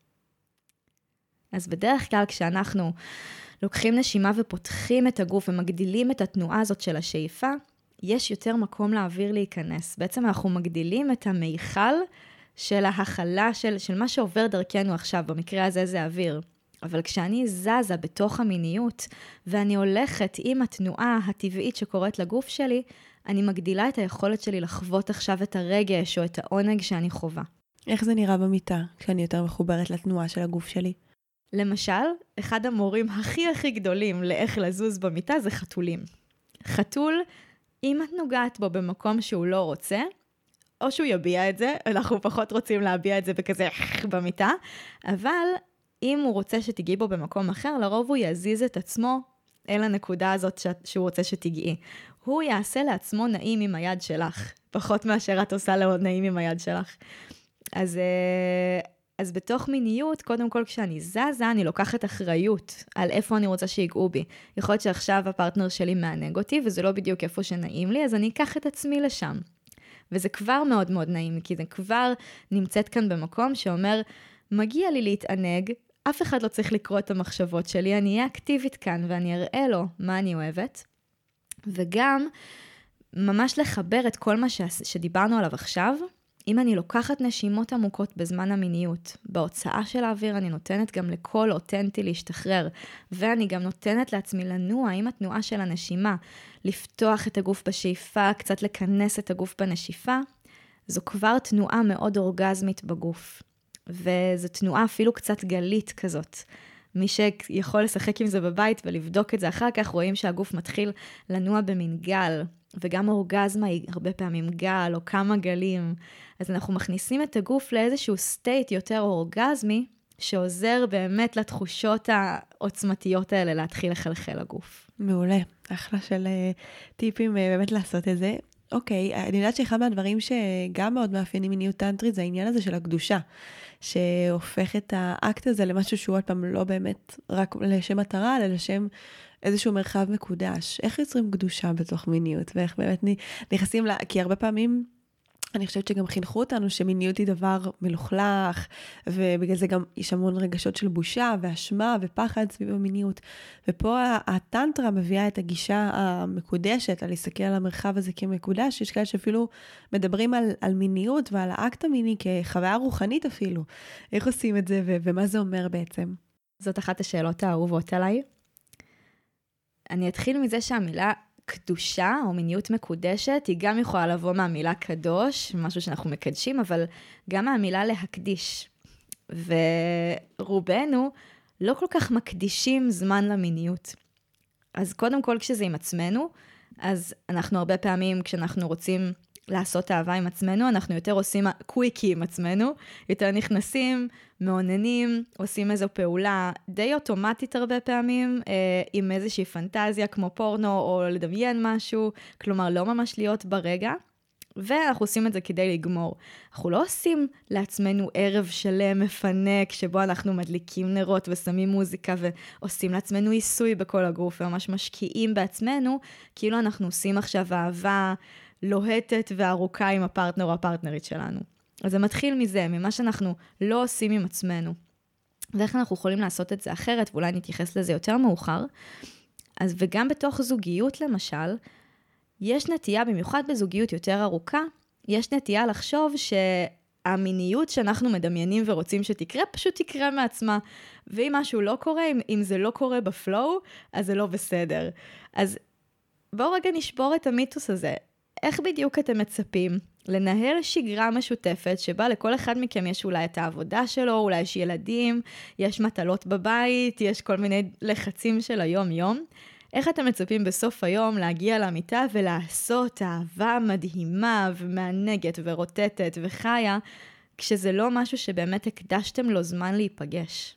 Speaker 2: אז בדרך כלל כשאנחנו לוקחים נשימה ופותחים את הגוף ומגדילים את התנועה הזאת של השאיפה, יש יותר מקום לאוויר להיכנס. בעצם אנחנו מגדילים את המיכל של ההכלה של, של מה שעובר דרכנו עכשיו, במקרה הזה זה אוויר. אבל כשאני זזה בתוך המיניות, ואני הולכת עם התנועה הטבעית שקורית לגוף שלי, אני מגדילה את היכולת שלי לחוות עכשיו את הרגש או את העונג שאני חובה.
Speaker 1: איך זה נראה במיטה, כשאני יותר מחוברת לתנועה של הגוף שלי?
Speaker 2: למשל, אחד המורים הכי הכי גדולים לאיך לזוז במיטה זה חתולים. חתול, אם את נוגעת בו במקום שהוא לא רוצה, או שהוא יביע את זה, אנחנו פחות רוצים להביע את זה בכזה במיטה, אבל אם הוא רוצה שתגיעי בו במקום אחר, לרוב הוא יזיז את עצמו אל הנקודה הזאת שהוא רוצה שתגיעי. הוא יעשה לעצמו נעים עם היד שלך, פחות מאשר את עושה לו נעים עם היד שלך. אז, אז בתוך מיניות, קודם כל כשאני זזה, אני לוקחת אחריות על איפה אני רוצה שיגעו בי. יכול להיות שעכשיו הפרטנר שלי מענג אותי, וזה לא בדיוק איפה שנעים לי, אז אני אקח את עצמי לשם. וזה כבר מאוד מאוד נעים, כי זה כבר נמצאת כאן במקום שאומר, מגיע לי להתענג, אף אחד לא צריך לקרוא את המחשבות שלי, אני אהיה אקטיבית כאן, ואני אראה לו מה אני אוהבת. וגם, ממש לחבר את כל מה ש... שדיברנו עליו עכשיו, אם אני לוקחת נשימות עמוקות בזמן המיניות, בהוצאה של האוויר אני נותנת גם לכל אותנטי להשתחרר, ואני גם נותנת לעצמי לנוע עם התנועה של הנשימה, לפתוח את הגוף בשאיפה, קצת לכנס את הגוף בנשיפה, זו כבר תנועה מאוד אורגזמית בגוף. וזו תנועה אפילו קצת גלית כזאת. מי שיכול לשחק עם זה בבית ולבדוק את זה אחר כך, רואים שהגוף מתחיל לנוע במין גל, וגם אורגזמה היא הרבה פעמים גל או כמה גלים. אז אנחנו מכניסים את הגוף לאיזשהו סטייט יותר אורגזמי, שעוזר באמת לתחושות העוצמתיות האלה להתחיל לחלחל לגוף.
Speaker 1: מעולה, אחלה של טיפים באמת לעשות את זה. אוקיי, אני יודעת שאחד מהדברים שגם מאוד מאפיינים מיניות טנטרית, זה העניין הזה של הקדושה, שהופך את האקט הזה למשהו שהוא עוד פעם לא באמת רק לשם מטרה, אלא לשם איזשהו מרחב מקודש. איך יוצרים קדושה בתוך מיניות, ואיך באמת נכנסים לה, כי הרבה פעמים, אני חושבת שגם חינכו אותנו שמיניות היא דבר מלוכלך, ובגלל זה גם יש המון רגשות של בושה ואשמה ופחד סביב המיניות. ופה הטנטרה מביאה את הגישה המקודשת, על להסתכל על המרחב הזה כמקודש. יש כאלה שאפילו מדברים על, על מיניות ועל האקט המיני כחוויה רוחנית אפילו. איך עושים את זה ו- ומה זה אומר בעצם?
Speaker 2: זאת אחת השאלות האהובות עליי. אני אתחיל מזה שהמילה קדושה או מיניות מקודשת, היא גם יכולה לבוא מהמילה קדוש, משהו שאנחנו מקדשים, אבל גם מהמילה להקדיש. ורובנו לא כל כך מקדישים זמן למיניות. אז קודם כל כשזה עם עצמנו, אז אנחנו הרבה פעמים כשאנחנו רוצים לעשות אהבה עם עצמנו, אנחנו יותר עושים קוויקי עם עצמנו, יותר נכנסים, מעוננים, עושים איזו פעולה די אוטומטית הרבה פעמים, אה, עם איזושהי פנטזיה כמו פורנו או לדמיין משהו, כלומר לא ממש להיות ברגע, ואנחנו עושים את זה כדי לגמור. אנחנו לא עושים לעצמנו ערב שלם מפנק, שבו אנחנו מדליקים נרות ושמים מוזיקה, ועושים לעצמנו עיסוי בכל הגוף, וממש משקיעים בעצמנו, כאילו אנחנו עושים עכשיו אהבה לוהטת וארוכה עם הפרטנר או הפרטנרית שלנו. אז זה מתחיל מזה, ממה שאנחנו לא עושים עם עצמנו. ואיך אנחנו יכולים לעשות את זה אחרת, ואולי נתייחס לזה יותר מאוחר. אז וגם בתוך זוגיות למשל, יש נטייה, במיוחד בזוגיות יותר ארוכה, יש נטייה לחשוב שהמיניות שאנחנו מדמיינים ורוצים שתקרה, פשוט תקרה מעצמה. ואם משהו לא קורה, אם, אם זה לא קורה בפלואו, אז זה לא בסדר. אז בואו רגע נשבור את המיתוס הזה. איך בדיוק אתם מצפים לנהל שגרה משותפת, שבה לכל אחד מכם יש אולי את העבודה שלו, אולי יש ילדים, יש מטלות בבית, יש כל מיני לחצים של היום-יום. איך אתם מצפים בסוף היום להגיע למיטה ולעשות אהבה מדהימה ומענגת ורוטטת וחיה, כשזה לא משהו שבאמת הקדשתם לו זמן להיפגש?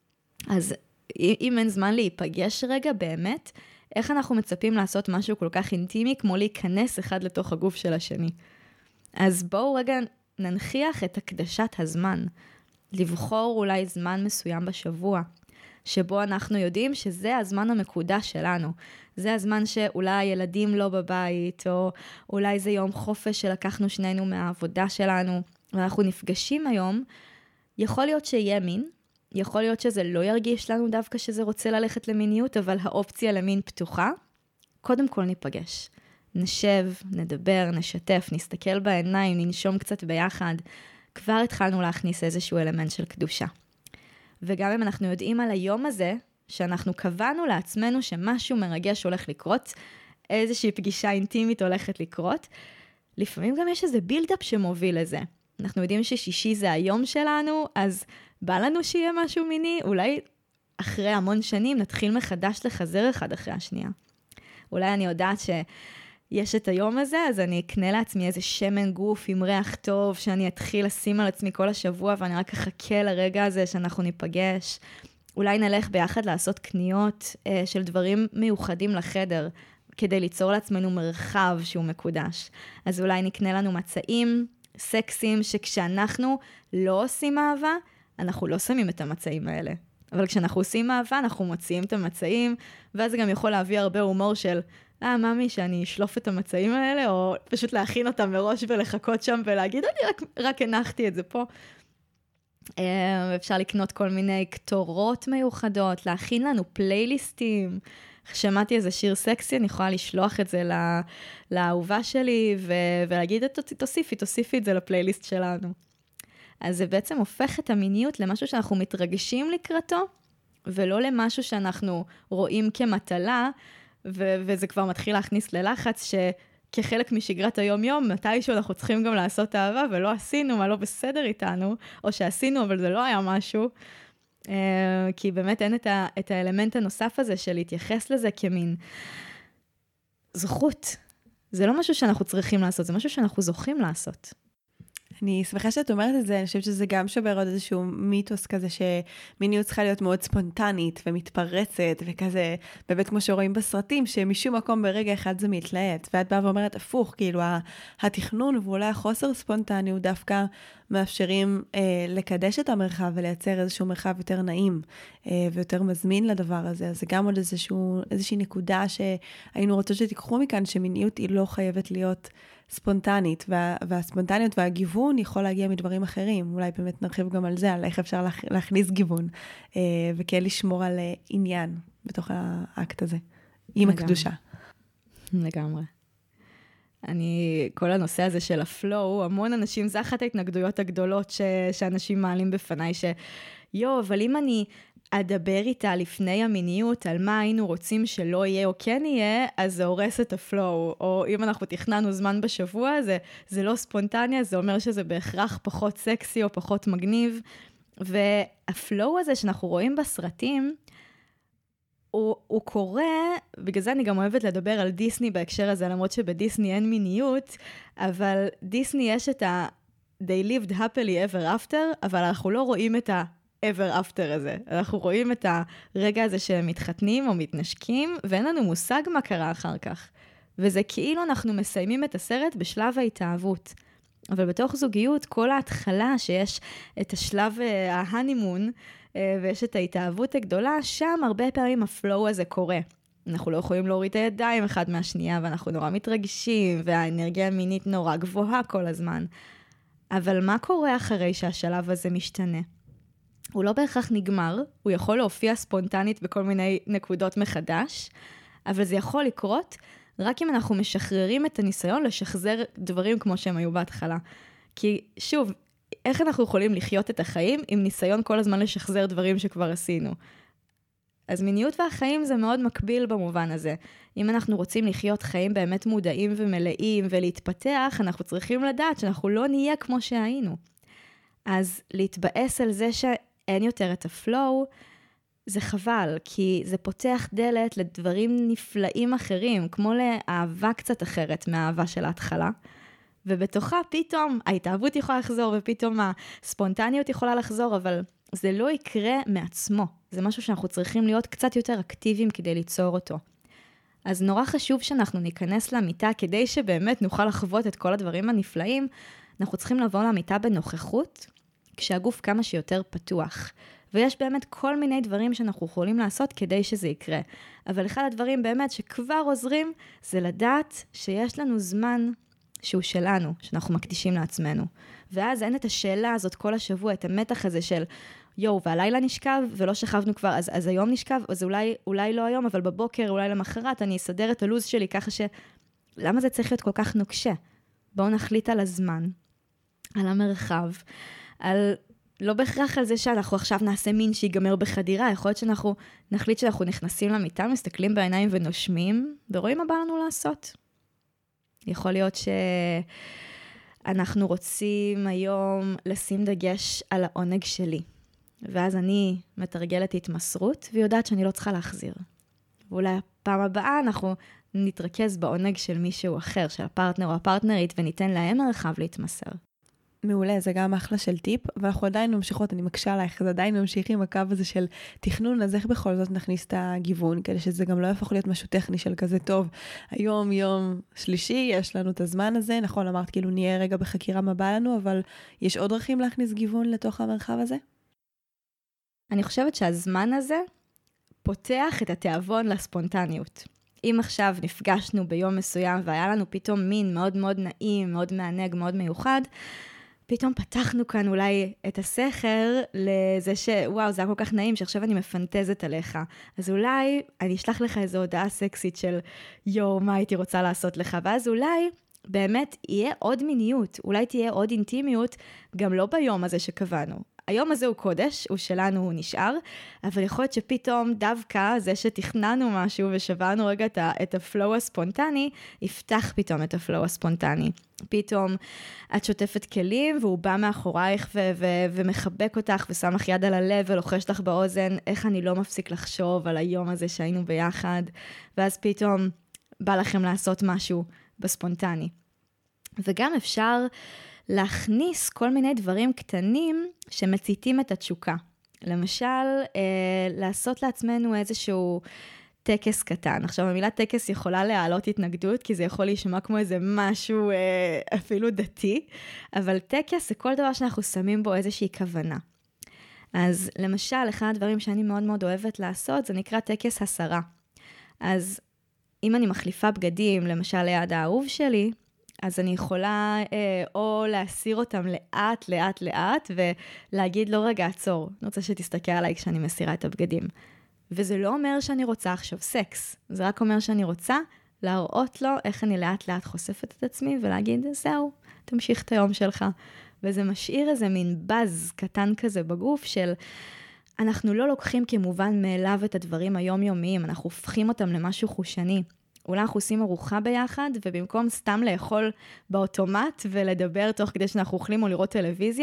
Speaker 2: אז אם אין זמן להיפגש רגע באמת, איך אנחנו מצפים לעשות משהו כל כך אינטימי כמו להיכנס אחד לתוך הגוף של השני? אז בואו רגע ננחיח את הקדשת הזמן, לבחור אולי זמן מסוים בשבוע, שבו אנחנו יודעים שזה הזמן המקודש שלנו. זה הזמן שאולי הילדים לא בבית, או אולי זה יום חופש שלקחנו שנינו מהעבודה שלנו, ואנחנו נפגשים היום. יכול להיות שיהיה מין, יכול להיות שזה לא ירגיש לנו דווקא שזה רוצה ללכת למיניות, אבל האופציה למין פתוחה. קודם כל ניפגש. נשב, נדבר, נשתף, נסתכל בעיניים, ננשום קצת ביחד. כבר התחלנו להכניס איזשהו אלמנט של קדושה. וגם אם אנחנו יודעים על היום הזה, שאנחנו קבענו לעצמנו שמשהו מרגש הולך לקרות, איזושהי פגישה אינטימית הולכת לקרות, לפעמים גם יש איזה בילדאפ שמוביל לזה. אנחנו יודעים ששישי זה היום שלנו, אז בא לנו שיהיה משהו מיני, אולי אחרי המון שנים נתחיל מחדש לחזר אחד אחרי השנייה. אולי אני יודעת שיש את היום הזה, אז אני אקנה לעצמי איזה שמן גוף עם ריח טוב, שאני אתחיל לשים על עצמי כל השבוע, ואני רק אחכה לרגע הזה שאנחנו ניפגש. אולי נלך ביחד לעשות קניות אה, של דברים מיוחדים לחדר, כדי ליצור לעצמנו מרחב שהוא מקודש. אז אולי נקנה לנו מצעים סקסיים, שכשאנחנו לא עושים אהבה, אנחנו לא שמים את המצעים האלה. אבל כשאנחנו עושים אהבה, אנחנו מוציאים את המצעים, ואז זה גם יכול להביא הרבה הומור של, אה, ממי, שאני אשלוף את המצעים האלה, או פשוט להכין אותם מראש ולחכות שם, ולהגיד, אני רק, רק הנחתי את זה פה. אפשר לקנות כל מיני כתורות מיוחדות, להכין לנו פלייליסטים. שמעתי איזה שיר סקסי, אני יכולה לשלוח את זה לה, לאהובה שלי, ו- ולהגיד, תוסיפי, תוסיפי את זה לפלייליסט שלנו. אז זה בעצם הופך את המיניות למשהו שאנחנו מתרגשים לקראתו, ולא למשהו שאנחנו רואים כמטלה, ו- וזה כבר מתחיל להכניס ללחץ, שכחלק משגרת היום-יום, מתישהו אנחנו צריכים גם לעשות אהבה, ולא עשינו מה לא בסדר איתנו, או שעשינו, אבל זה לא היה משהו, כי באמת אין את, ה- את האלמנט הנוסף הזה, של להתייחס לזה כמין זכות. זה לא משהו שאנחנו צריכים לעשות, זה משהו שאנחנו זוכים לעשות.
Speaker 1: אני שמחה שאת אומרת את זה, אני חושבת שזה גם שובר עוד איזשהו מיתוס כזה שמיניות צריכה להיות מאוד ספונטנית ומתפרצת וכזה, באמת כמו שרואים בסרטים, שמשום מקום ברגע אחד זה מתלהט, ואת באה ואומרת הפוך, כאילו התכנון ואולי החוסר ספונטני הוא דווקא מאפשרים אה, לקדש את המרחב ולייצר איזשהו מרחב יותר נעים אה, ויותר מזמין לדבר הזה. אז זה גם עוד איזשהו, איזושהי נקודה שהיינו רוצות שתיקחו מכאן, שמיניות היא לא חייבת להיות ספונטנית, וה, והספונטניות והגיוון יכול להגיע מדברים אחרים. אולי באמת נרחיב גם על זה, על איך אפשר להכ, להכניס גיוון, אה, וכן לשמור על אה, עניין בתוך האקט הזה, עם
Speaker 2: לגמרי.
Speaker 1: הקדושה.
Speaker 2: לגמרי. אני, כל הנושא הזה של הפלואו, המון אנשים, זה אחת ההתנגדויות הגדולות ש, שאנשים מעלים בפניי, שיו, אבל אם אני אדבר איתה לפני המיניות, על מה היינו רוצים שלא יהיה או כן יהיה, אז זה הורס את הפלואו, או אם אנחנו תכננו זמן בשבוע, זה, זה לא ספונטניה, זה אומר שזה בהכרח פחות סקסי או פחות מגניב, והפלואו הזה שאנחנו רואים בסרטים, הוא, הוא קורא, בגלל זה אני גם אוהבת לדבר על דיסני בהקשר הזה, למרות שבדיסני אין מיניות, אבל דיסני יש את ה- they lived happily ever after, אבל אנחנו לא רואים את ה-ever after הזה. אנחנו רואים את הרגע הזה שהם מתחתנים או מתנשקים, ואין לנו מושג מה קרה אחר כך. וזה כאילו אנחנו מסיימים את הסרט בשלב ההתאהבות. אבל בתוך זוגיות, כל ההתחלה שיש את השלב ההנימון, ויש את ההתאהבות הגדולה, שם הרבה פעמים הפלואו הזה קורה. אנחנו לא יכולים להוריד את הידיים אחד מהשנייה, ואנחנו נורא מתרגשים, והאנרגיה המינית נורא גבוהה כל הזמן. אבל מה קורה אחרי שהשלב הזה משתנה? הוא לא בהכרח נגמר, הוא יכול להופיע ספונטנית בכל מיני נקודות מחדש, אבל זה יכול לקרות רק אם אנחנו משחררים את הניסיון לשחזר דברים כמו שהם היו בהתחלה. כי שוב, איך אנחנו יכולים לחיות את החיים עם ניסיון כל הזמן לשחזר דברים שכבר עשינו? אז מיניות והחיים זה מאוד מקביל במובן הזה. אם אנחנו רוצים לחיות חיים באמת מודעים ומלאים ולהתפתח, אנחנו צריכים לדעת שאנחנו לא נהיה כמו שהיינו. אז להתבאס על זה שאין יותר את הפלואו, זה חבל, כי זה פותח דלת לדברים נפלאים אחרים, כמו לאהבה קצת אחרת מהאהבה של ההתחלה. ובתוכה פתאום ההתאהבות יכולה לחזור, ופתאום הספונטניות יכולה לחזור, אבל זה לא יקרה מעצמו. זה משהו שאנחנו צריכים להיות קצת יותר אקטיביים כדי ליצור אותו. אז נורא חשוב שאנחנו ניכנס למיטה, כדי שבאמת נוכל לחוות את כל הדברים הנפלאים, אנחנו צריכים לבוא למיטה בנוכחות, כשהגוף כמה שיותר פתוח. ויש באמת כל מיני דברים שאנחנו יכולים לעשות כדי שזה יקרה. אבל אחד הדברים באמת שכבר עוזרים, זה לדעת שיש לנו זמן שהוא שלנו, שאנחנו מקדישים לעצמנו. ואז אין את השאלה הזאת כל השבוע, את המתח הזה של, יו, והלילה נשכב, ולא שכבנו כבר, אז, אז היום נשכב, אז אולי, אולי לא היום, אבל בבוקר, אולי למחרת, אני אסדר את הלוז שלי, ככה ש... למה זה צריך להיות כל כך נוקשה? בואו נחליט על הזמן, על המרחב, על... לא בהכרח על זה שאנחנו עכשיו נעשה מין שיגמר בחדירה, יכול להיות שאנחנו נחליט שאנחנו נכנסים למיטה, מסתכלים בעיניים ונושמים, ורואים מה בא לנו לעשות. יכול להיות שאנחנו רוצים היום לשים דגש על העונג שלי, ואז אני מתרגלת התמסרות, ויודעת שאני לא צריכה להחזיר. ואולי הפעם הבאה אנחנו נתרכז בעונג של מישהו אחר, של הפרטנר או הפרטנרית, וניתן להם מרחב להתמסר.
Speaker 1: מעולה, זה גם אחלה של טיפ, ואנחנו עדיין ממשיכות, אני מקשה עלייך, אז עדיין ממשיכים הקו הזה של תכנון, אז איך בכל זאת נכניס את הגיוון, כדי שזה גם לא יהפוך להיות משהו טכני של כזה טוב. היום, יום שלישי, יש לנו את הזמן הזה, נכון, אמרת כאילו נהיה רגע בחקירה מה בא לנו, אבל יש עוד דרכים להכניס גיוון לתוך המרחב הזה?
Speaker 2: אני חושבת שהזמן הזה פותח את התיאבון לספונטניות. אם עכשיו נפגשנו ביום מסוים והיה לנו פתאום מין מאוד מאוד נעים, מאוד מענג, מאוד מיוחד, פתאום פתחנו כאן אולי את הסכר לזה שוואו, זה היה כל כך נעים שעכשיו אני מפנטזת עליך. אז אולי אני אשלח לך איזו הודעה סקסית של יו, מה הייתי רוצה לעשות לך? ואז אולי באמת יהיה עוד מיניות, אולי תהיה עוד אינטימיות, גם לא ביום הזה שקבענו. היום הזה הוא קודש, הוא שלנו, הוא נשאר, אבל יכול להיות שפתאום דווקא זה שתכננו משהו ושברנו רגע את הפלואו הספונטני, יפתח פתאום את הפלואו הספונטני. פתאום את שוטפת כלים והוא בא מאחורייך ו- ו- ומחבק אותך ושם לך יד על הלב ולוחש לך באוזן, איך אני לא מפסיק לחשוב על היום הזה שהיינו ביחד, ואז פתאום בא לכם לעשות משהו בספונטני. וגם אפשר להכניס כל מיני דברים קטנים שמציתים את התשוקה. למשל, אה, לעשות לעצמנו איזשהו טקס קטן. עכשיו, המילה טקס יכולה להעלות התנגדות, כי זה יכול להישמע כמו איזה משהו אה, אפילו דתי, אבל טקס זה כל דבר שאנחנו שמים בו איזושהי כוונה. אז למשל, אחד הדברים שאני מאוד מאוד אוהבת לעשות, זה נקרא טקס הסרה. אז אם אני מחליפה בגדים, למשל ליד האהוב שלי, אז אני יכולה אה, או להסיר אותם לאט, לאט, לאט, ולהגיד לו, רגע, עצור, אני רוצה שתסתכל עליי כשאני מסירה את הבגדים. וזה לא אומר שאני רוצה עכשיו סקס, זה רק אומר שאני רוצה להראות לו איך אני לאט לאט חושפת את עצמי, ולהגיד, זהו, תמשיך את היום שלך. וזה משאיר איזה מין בז קטן כזה בגוף של, אנחנו לא לוקחים כמובן מאליו את הדברים היומיומיים, אנחנו הופכים אותם למשהו חושני. אולי אנחנו עושים ארוחה ביחד, ובמקום סתם לאכול באוטומט ולדבר תוך כדי שאנחנו אוכלים או לראות טלוויזיה,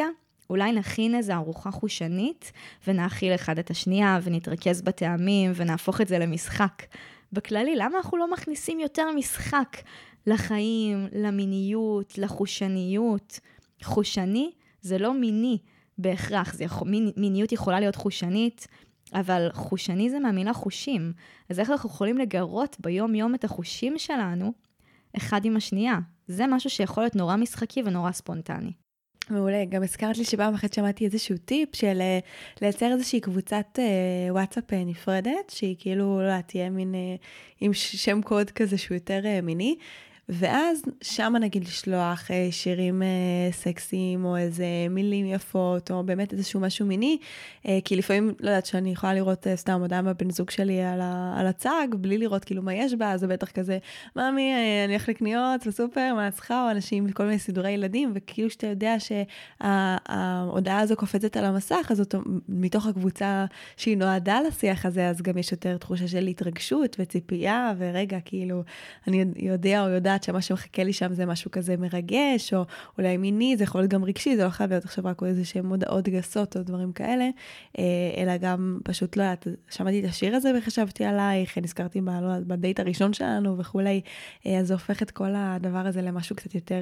Speaker 2: אולי נכין איזו ארוחה חושנית, ונאכיל אחד את השנייה, ונתרכז בטעמים, ונהפוך את זה למשחק. בכללי, למה אנחנו לא מכניסים יותר משחק לחיים, למיניות, לחושניות? חושני זה לא מיני בהכרח, זה יכול, מיניות יכולה להיות חושנית, אבל חושני זה מהמילה חושים. אז איך אנחנו יכולים לגרות ביום יום את החושים שלנו, אחד עם השנייה? זה משהו שיכול להיות נורא משחקי ונורא ספונטני.
Speaker 1: מעולה, גם הזכרת לי שבאמת אחת שמעתי איזשהו טיפ של לייצר איזושהי קבוצת וואטסאפ נפרדת, שהיא כאילו לא תהיה מין עם שם קוד כזה שהוא יותר מיני, ואז שם נגיד לשלוח שירים סקסיים או איזה מילים יפות או באמת איזשהו משהו מיני, כי לפעמים לא יודעת שאני יכולה לראות סתם הודעה מהבן זוג שלי על, ה, על הצג, בלי לראות כאילו מה יש בה, זה בטח כזה, מאמי, אני הולך לקניות בסופר, מה צריכה, או אנשים כל מיני סידורי ילדים, וכאילו שאתה יודע שההודעה הזו קופצת על המסך, אז אותו, מתוך הקבוצה שהיא נועדה לשיח הזה, אז גם יש יותר תחושה של התרגשות וציפייה, ורגע כאילו אני יודע או יודע שמה שמחכה לי שם זה משהו כזה מרגש, או אולי מיני, זה יכול להיות גם רגשי, זה לא חייב להיות עכשיו רק איזה שהם מודעות גסות או דברים כאלה, אלא גם פשוט לא יודעת, שמעתי את השיר הזה וחשבתי עלייך, נזכרתי בדייט הראשון שלנו וכולי, אז זה הופך את כל הדבר הזה למשהו קצת יותר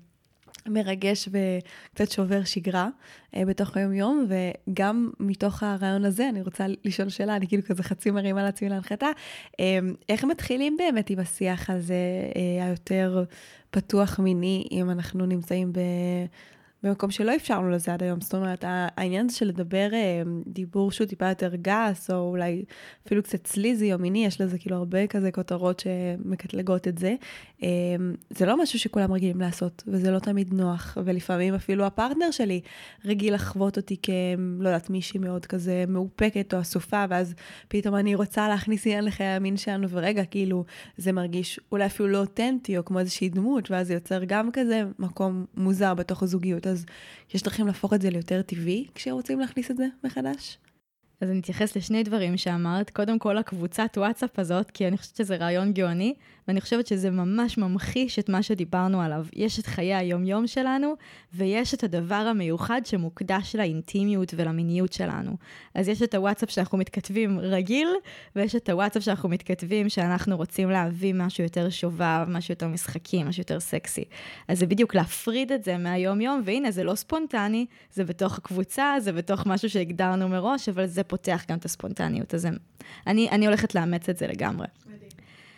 Speaker 1: מרגש וקצת שובר שגרה אה, בתוך היום יום, וגם מתוך הרעיון הזה אני רוצה לשאול שאלה, אני כאילו כזה חצי מרים על עצמי להנחתה, אה, איך מתחילים באמת עם השיח הזה אה, היותר פתוח מיני, אם אנחנו נמצאים ב... במקום שלא אפשרנו לזה עד היום, זאת אומרת, העניין הזה של לדבר דיבור שהוא טיפה יותר גס, או אולי אפילו קצת סליזי או מיני, יש לזה כאילו הרבה כזה כותרות שמקטלגות את זה, זה לא משהו שכולם רגילים לעשות, וזה לא תמיד נוח, ולפעמים אפילו הפרטנר שלי רגיל לחוות אותי כלא יודעת מישהי מאוד כזה מאופקת או אסופה, ואז פתאום אני רוצה להכניס עניין לחיי המין שלנו, ורגע כאילו זה מרגיש אולי אפילו לא אותנטי, או כמו איזושהי דמות, ואז זה יוצר גם כזה מקום מוזר בתוך הזוגיות. אז יש דרכים להפוך את זה ליותר טבעי כשרוצים להכניס את זה מחדש?
Speaker 2: אז אני אתייחס לשני דברים שאמרת. קודם כל, הקבוצת וואטסאפ הזאת, כי אני חושבת שזה רעיון גאוני, ואני חושבת שזה ממש ממחיש את מה שדיברנו עליו. יש את חיי היום-יום שלנו, ויש את הדבר המיוחד שמוקדש לאינטימיות ולמיניות שלנו. אז יש את הוואטסאפ שאנחנו מתכתבים רגיל, ויש את הוואטסאפ שאנחנו מתכתבים שאנחנו רוצים להביא משהו יותר שובב, משהו יותר משחקי, משהו יותר סקסי. אז זה בדיוק להפריד את זה מהיום-יום, והנה, זה לא ספונטני, זה בתוך הקבוצה, זה בתוך משהו שהגדרנו מראש, אבל זה פותח גם את הספונטניות. אז אני, אני הולכת לאמץ את זה לגמרי. מדהים.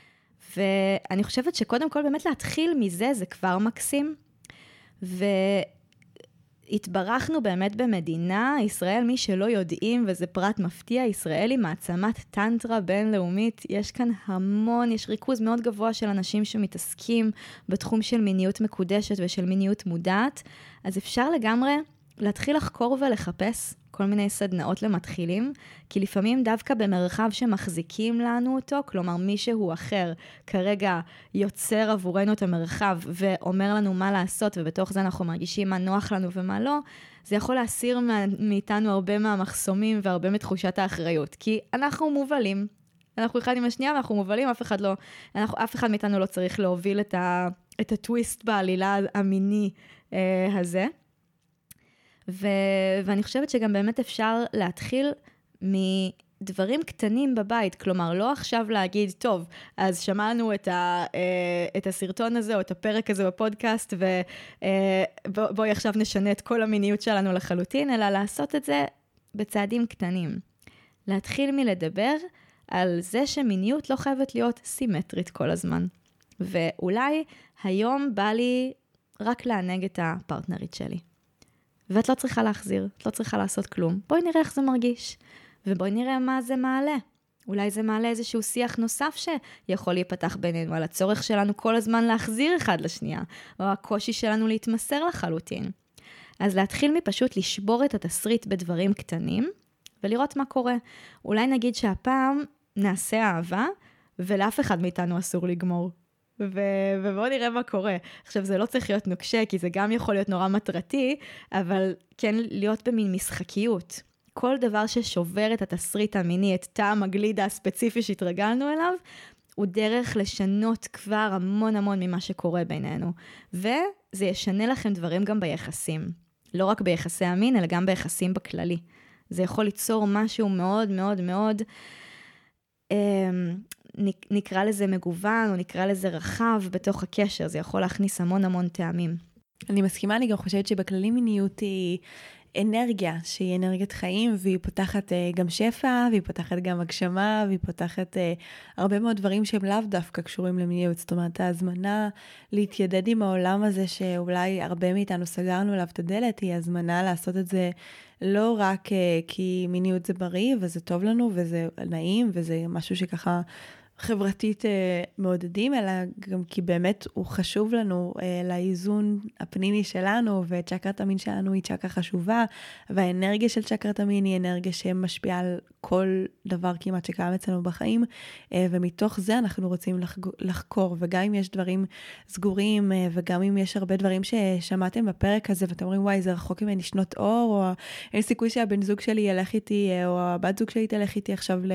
Speaker 2: ואני חושבת שקודם כל באמת להתחיל מזה, זה כבר מקסים. והתברכנו באמת במדינה, ישראל, מי שלא יודעים, וזה פרט מפתיע, ישראל היא מעצמת טנטרה בינלאומית. יש כאן המון, יש ריכוז מאוד גבוה של אנשים שמתעסקים בתחום של מיניות מקודשת ושל מיניות מודעת. אז אפשר לגמרי להתחיל לחקור ולחפש כל מיני סדנאות למתחילים, כי לפעמים דווקא במרחב שמחזיקים לנו אותו, כלומר מישהו אחר כרגע יוצר עבורנו את המרחב ואומר לנו מה לעשות, ובתוך זה אנחנו מרגישים מה נוח לנו ומה לא, זה יכול להסיר מאיתנו הרבה מהמחסומים והרבה מתחושת האחריות, כי אנחנו מובלים, אנחנו אחד עם השנייה ואנחנו מובלים, אף אחד לא, אנחנו, אף אחד מאיתנו לא צריך להוביל את, ה, את הטוויסט בעלילה המיני אה, הזה. ו... ואני חושבת שגם באמת אפשר להתחיל מדברים קטנים בבית, כלומר, לא עכשיו להגיד, טוב, אז שמענו את, ה... את הסרטון הזה, או את הפרק הזה בפודקאסט, ובואי עכשיו נשנה את כל המיניות שלנו לחלוטין, אלא לעשות את זה בצעדים קטנים. להתחיל מלדבר על זה שמיניות לא חייבת להיות סימטרית כל הזמן. ואולי היום בא לי רק לענג את הפרטנרית שלי. ואת לא צריכה להחזיר, את לא צריכה לעשות כלום. בואי נראה איך זה מרגיש, ובואי נראה מה זה מעלה. אולי זה מעלה איזשהו שיח נוסף שיכול להיפתח בינינו, על הצורך שלנו כל הזמן להחזיר אחד לשנייה, או הקושי שלנו להתמסר לחלוטין. אז להתחיל מפשוט לשבור את התסריט בדברים קטנים, ולראות מה קורה. אולי נגיד שהפעם נעשה אהבה, ולאף אחד מאיתנו אסור לגמור. ו- ובואו נראה מה קורה. עכשיו, זה לא צריך להיות נוקשה, כי זה גם יכול להיות נורא מטרתי, אבל כן להיות במין משחקיות. כל דבר ששובר את התסריט המיני, את טעם הגלידה הספציפי שהתרגלנו אליו, הוא דרך לשנות כבר המון המון ממה שקורה בינינו. וזה ישנה לכם דברים גם ביחסים. לא רק ביחסי המין, אלא גם ביחסים בכללי. זה יכול ליצור משהו מאוד מאוד מאוד, נקרא לזה מגוון, או נקרא לזה רחב בתוך הקשר, זה יכול להכניס המון המון טעמים.
Speaker 1: אני מסכימה, אני גם חושבת שבכללי מיניות היא אנרגיה, שהיא אנרגיית חיים, והיא פותחת uh, גם שפע, והיא פותחת גם הגשמה, והיא פותחת uh, הרבה מאוד דברים שהם לאו דווקא קשורים למיניות. זאת אומרת, ההזמנה להתיידד עם העולם הזה, שאולי הרבה מאיתנו סגרנו אליו את הדלת, היא הזמנה לעשות את זה לא רק uh, כי מיניות זה בריא, וזה טוב לנו, וזה נעים, וזה משהו שככה חברתית אה, מעודדים, אלא גם כי באמת הוא חשוב לנו אה, לאיזון הפנימי שלנו, וצ'קרת המין שלנו היא צ'קרה חשובה, והאנרגיה של צ'קרת המין היא אנרגיה שמשפיעה על כל דבר כמעט שקיים אצלנו בחיים, אה, ומתוך זה אנחנו רוצים לחגור, לחקור, וגם אם יש דברים סגורים, אה, וגם אם יש הרבה דברים ששמעתם בפרק הזה, ואתם אומרים, וואי, זה רחוק ממני שנות אור, או אין סיכוי שהבן זוג שלי ילך איתי, אה, או הבת זוג שלי תלך איתי עכשיו ל...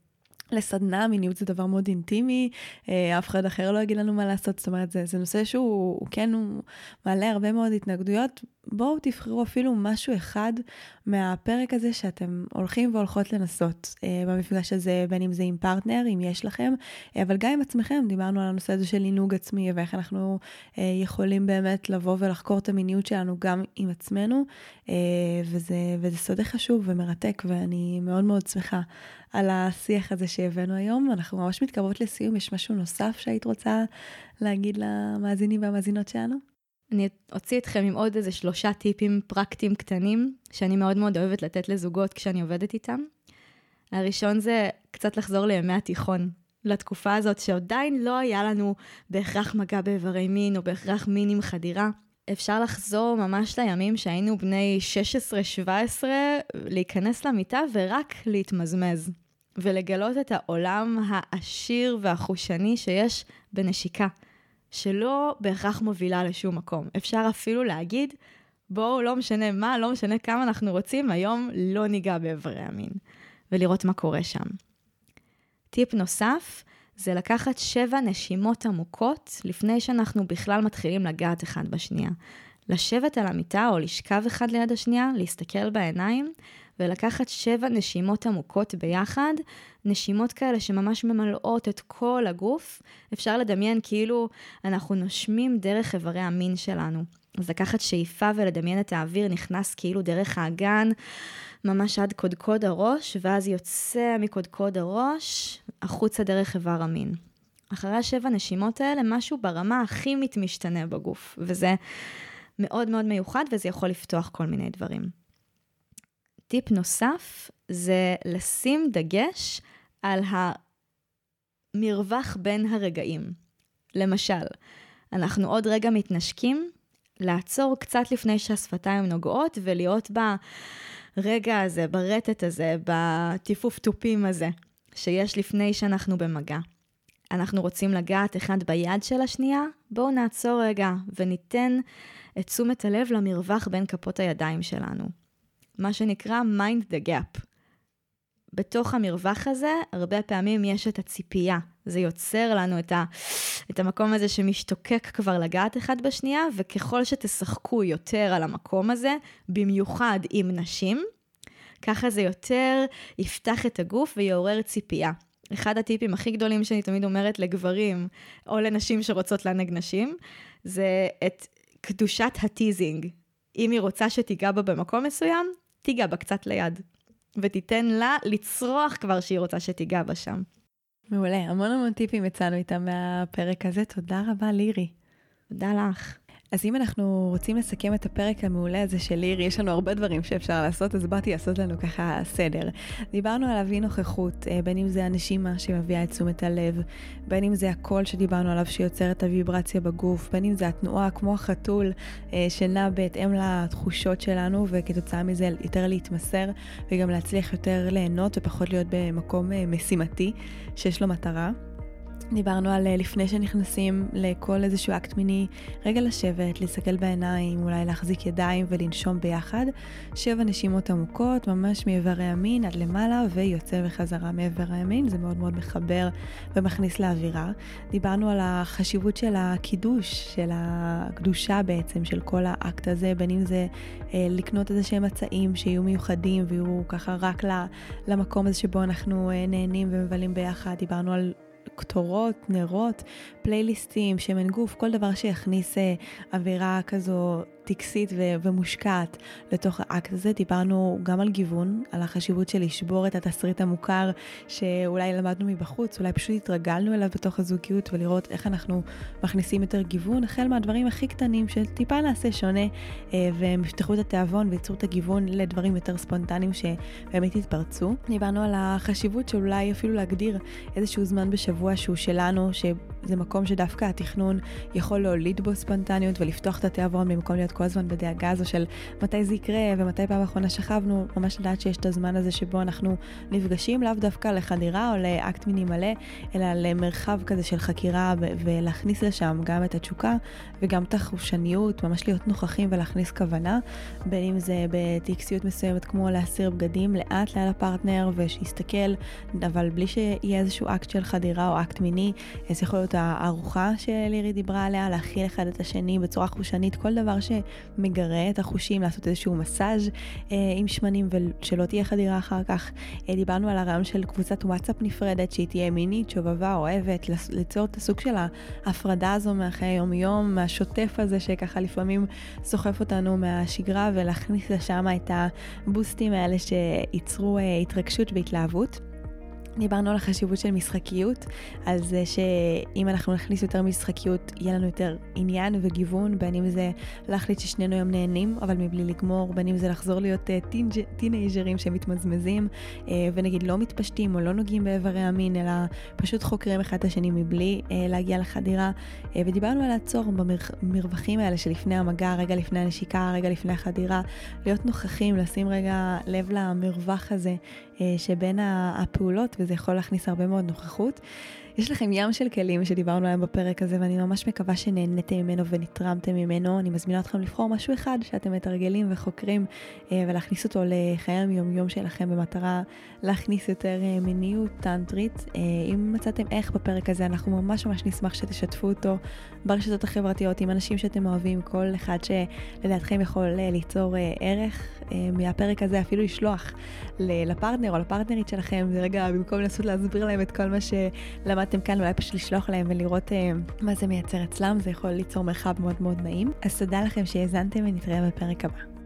Speaker 1: לסדנה, מיניות זה דבר מאוד אינטימי, אף אחד אחר לא יגיד לנו מה לעשות, זאת אומרת, זה, זה נושא שהוא, הוא כן, הוא מעלה הרבה מאוד התנגדויות, בואו תבחרו אפילו משהו אחד מהפרק הזה שאתם הולכים והולכות לנסות במפגש הזה, בין אם זה עם פרטנר, אם יש לכם, אבל גם עם עצמכם, דיברנו על הנושא הזה של עינוג עצמי, ואיך אנחנו יכולים באמת לבוא ולחקור את המיניות שלנו גם עם עצמנו, וזה, וזה סוד חשוב ומרתק, ואני מאוד מאוד שמחה על השיח הזה שהבאנו היום. אנחנו ממש מתקרבות לסיום. יש משהו נוסף שהיית רוצה להגיד למאזינים והמאזינות שלנו?
Speaker 2: אני אוציא אתכם עם עוד איזה שלושה טיפים פרקטיים קטנים, שאני מאוד מאוד אוהבת לתת לזוגות כשאני עובדת איתם. הראשון זה קצת לחזור לימי התיכון, לתקופה הזאת שעדיין לא היה לנו בהכרח מגע באיברי מין, או בהכרח מין עם חדירה. אפשר לחזור ממש לימים שהיינו בני שש עשרה שבע עשרה, להיכנס למיטה ורק להתמזמז, ולגלות את העולם העשיר והחושני שיש בנשיקה, שלא בהכרח מובילה לשום מקום. אפשר אפילו להגיד, בואו, לא משנה מה, לא משנה כמה אנחנו רוצים, היום לא ניגע באיברי המין, ולראות מה קורה שם. טיפ נוסף, זה לקחת שבע נשימות עמוקות, לפני שאנחנו בכלל מתחילים לגעת אחד בשנייה. לשבת על המיטה או לשכב אחד ליד השנייה, להסתכל בעיניים, ולקחת שבע נשימות עמוקות ביחד, נשימות כאלה שממש ממלאות את כל הגוף. אפשר לדמיין כאילו אנחנו נושמים דרך איברי המין שלנו. אז לקחת שאיפה ולדמיין את האוויר נכנס כאילו דרך האגן, ממש עד קודקוד הראש, ואז יוצא מקודקוד הראש, החוצה דרך איבר המין. אחרי השבע נשימות האלה, משהו ברמה הכי משתנה בגוף, וזה מאוד מאוד מיוחד, וזה יכול לפתוח כל מיני דברים. טיפ נוסף, זה לשים דגש על המרווח בין הרגעים. למשל, אנחנו עוד רגע מתנשקים, לעצור קצת לפני שהשפתיים נוגעות, ולהיות ברגע הזה, ברטט הזה, בטיפוף טופים הזה, שיש לפני שאנחנו במגע. אנחנו רוצים לגעת אחד ביד של השנייה, בואו נעצור רגע, וניתן את תשומת הלב למרווח בין כפות הידיים שלנו. מה שנקרא mind the gap. בתוך המרווח הזה, הרבה פעמים יש את הציפייה. זה יוצר לנו את, ה, את המקום הזה שמשתוקק כבר לגעת אחד בשנייה, וככל שתשחקו יותר על המקום הזה, במיוחד עם נשים, ככה זה יותר יפתח את הגוף ויעורר ציפייה. אחד הטיפים הכי גדולים שאני תמיד אומרת לגברים, או לנשים שרוצות לענג נשים, זה את קדושת הטיזינג. אם היא רוצה שתיגע בה במקום מסוים, תיגע בה קצת ליד. ותיתן לה לצרוח כבר שהיא רוצה שתיגע בה שם.
Speaker 1: מעולה, המון המון טיפים יצאנו איתם מהפרק הזה. תודה רבה לירי.
Speaker 2: תודה לך.
Speaker 1: אז אם אנחנו רוצים לסכם את הפרק המעולה הזה של לירי, יש לנו הרבה דברים שאפשר לעשות, אז באתי לעשות לנו ככה סדר. דיברנו על להביא נוכחות, בין אם זה הנשימה שמביאה את תשומת הלב, בין אם זה הקול שדיברנו עליו שיוצר את הוויברציה בגוף, בין אם זה התנועה כמו החתול שנע בהתאם לתחושות שלנו, וכתוצאה מזה יותר להתמסר, וגם להצליח יותר ליהנות ופחות להיות במקום משימתי שיש לו מטרה. דיברנו על לפני שנכנסים לכל איזשהו אקט מיני, רגע לשבת, להסתכל בעיניים, אולי להחזיק ידיים ולנשום ביחד. שבע נשימות עמוקות, ממש מאיברי המין עד למעלה ויוצא בחזרה מאיבר המין. זה מאוד מאוד מחבר ומכניס לאווירה. דיברנו על החשיבות של הקידוש, של הקדושה בעצם, של כל האקט הזה, בין אם זה אה, לקנות איזה שהם מצעים שיהיו מיוחדים ויהיו ככה רק למקום הזה שבו אנחנו אה, נהנים ומבלים ביחד. דיברנו על כתורות, נרות, פלייליסטים, שמן גוף, כל דבר שיכניס אה, אווירה כזו טקסית ו- ומושקעת לתוך האקט הזה. דיברנו גם על גיוון, על החשיבות של לשבור את התסריט המוכר שאולי למדנו מבחוץ, אולי פשוט התרגלנו אליו בתוך הזוגיות, ולראות איך אנחנו מכניסים יותר גיוון, החל מהדברים הכי קטנים שטיפה נעשה שונה, אה, והם יפתחו את התיאבון וייצרו את הגיוון לדברים יותר ספונטניים שבאמת יתפרצו. דיברנו על החשיבות של אולי אפילו להגדיר איזשהו זמן בשבוע שהוא שלנו, שזה מקום שדווקא התכנון יכול להוליד בו ספונטניות ולפתוח את התיאבון במקום להיות כל הזמן בדאגה הזו של מתי זה יקרה ומתי פעם האחרונה שכבנו. ממש לדעת שיש את הזמן הזה שבו אנחנו נפגשים, לאו דווקא לחדירה או לאקט מיני מלא, אלא למרחב כזה של חקירה ו- ולהכניס לשם גם את התשוקה וגם את החושניות, ממש להיות נוכחים ולהכניס כוונה, בין אם זה בטקסיות מסוימת כמו להסיר בגדים לאט ליד הפרטנר ושיסתכל, אבל בלי שיהיה איזשהו אקט של חדירה או אקט מיני. זה יכול להיות הארוחה שלירי דיברה עליה, להכיל אחד את השני בצורה חושנית, כל דבר שמגרה את החושים, לעשות איזשהו מסאז' אה, עם שמנים ושלא תהיה חדירה אחר כך. אה, דיברנו על הרעיון של קבוצת וואטסאפ נפרדת שהיא תהיה מינית, שובבה, אוהבת, ליצור את הסוג של ההפרדה הזו מהחיי היום יום, מהשוטף הזה שככה לפעמים סוחף אותנו מהשגרה, ולהכניס לשם את הבוסטים האלה שיצרו אה, התרגשות והתלהבות. דיברנו על החשיבות של משחקיות, על זה שאם אנחנו נכניס יותר משחקיות, יהיה לנו יותר עניין וגיוון, בין אם זה להחליט ששנינו היום נהנים, אבל מבלי לגמור, בין אם זה לחזור להיות טינג'רים שמתמזמזים, ונגיד לא מתפשטים או לא נוגעים באיברי המין, אלא פשוט חוקרים אחד את השני מבלי להגיע לחדירה. ודיברנו על לעצור במרווחים האלה שלפני המגע, רגע לפני הנשיקה, רגע לפני החדירה, להיות נוכחים, לשים רגע לב למרווח הזה שבין הפעולות, וזה יכול להכניס הרבה מאוד נוכחות. יש לכם ים של כלים שדיברנו עליהם בפרק הזה, ואני ממש מקווה שנהנתם ממנו ונתרמתם ממנו. אני מזמינה אתכם לבחור משהו אחד שאתם מתרגלים וחוקרים, ולהכניס אותו לחיי היום-יום שלכם, במטרה להכניס יותר מיניות טנטרית. אם מצאתם איך בפרק הזה, אנחנו ממש ממש נשמח שתשתפו אותו ברשתות החברתיות, עם אנשים שאתם אוהבים, כל אחד שלדעתכם יכול ליצור ערך מהפרק הזה, אפילו לשלוח לפרטנר או לפרטנרית שלכם. זה רגע, במקום לנסות להסביר להם את כל מה שלמדתם כאן, אולי פשוט לשלוח להם ולראות מה זה מייצר אצלם, זה יכול ליצור מרחב מאוד מאוד נעים. אז תודה לכם שהאזנתם, ונתראה בפרק הבא.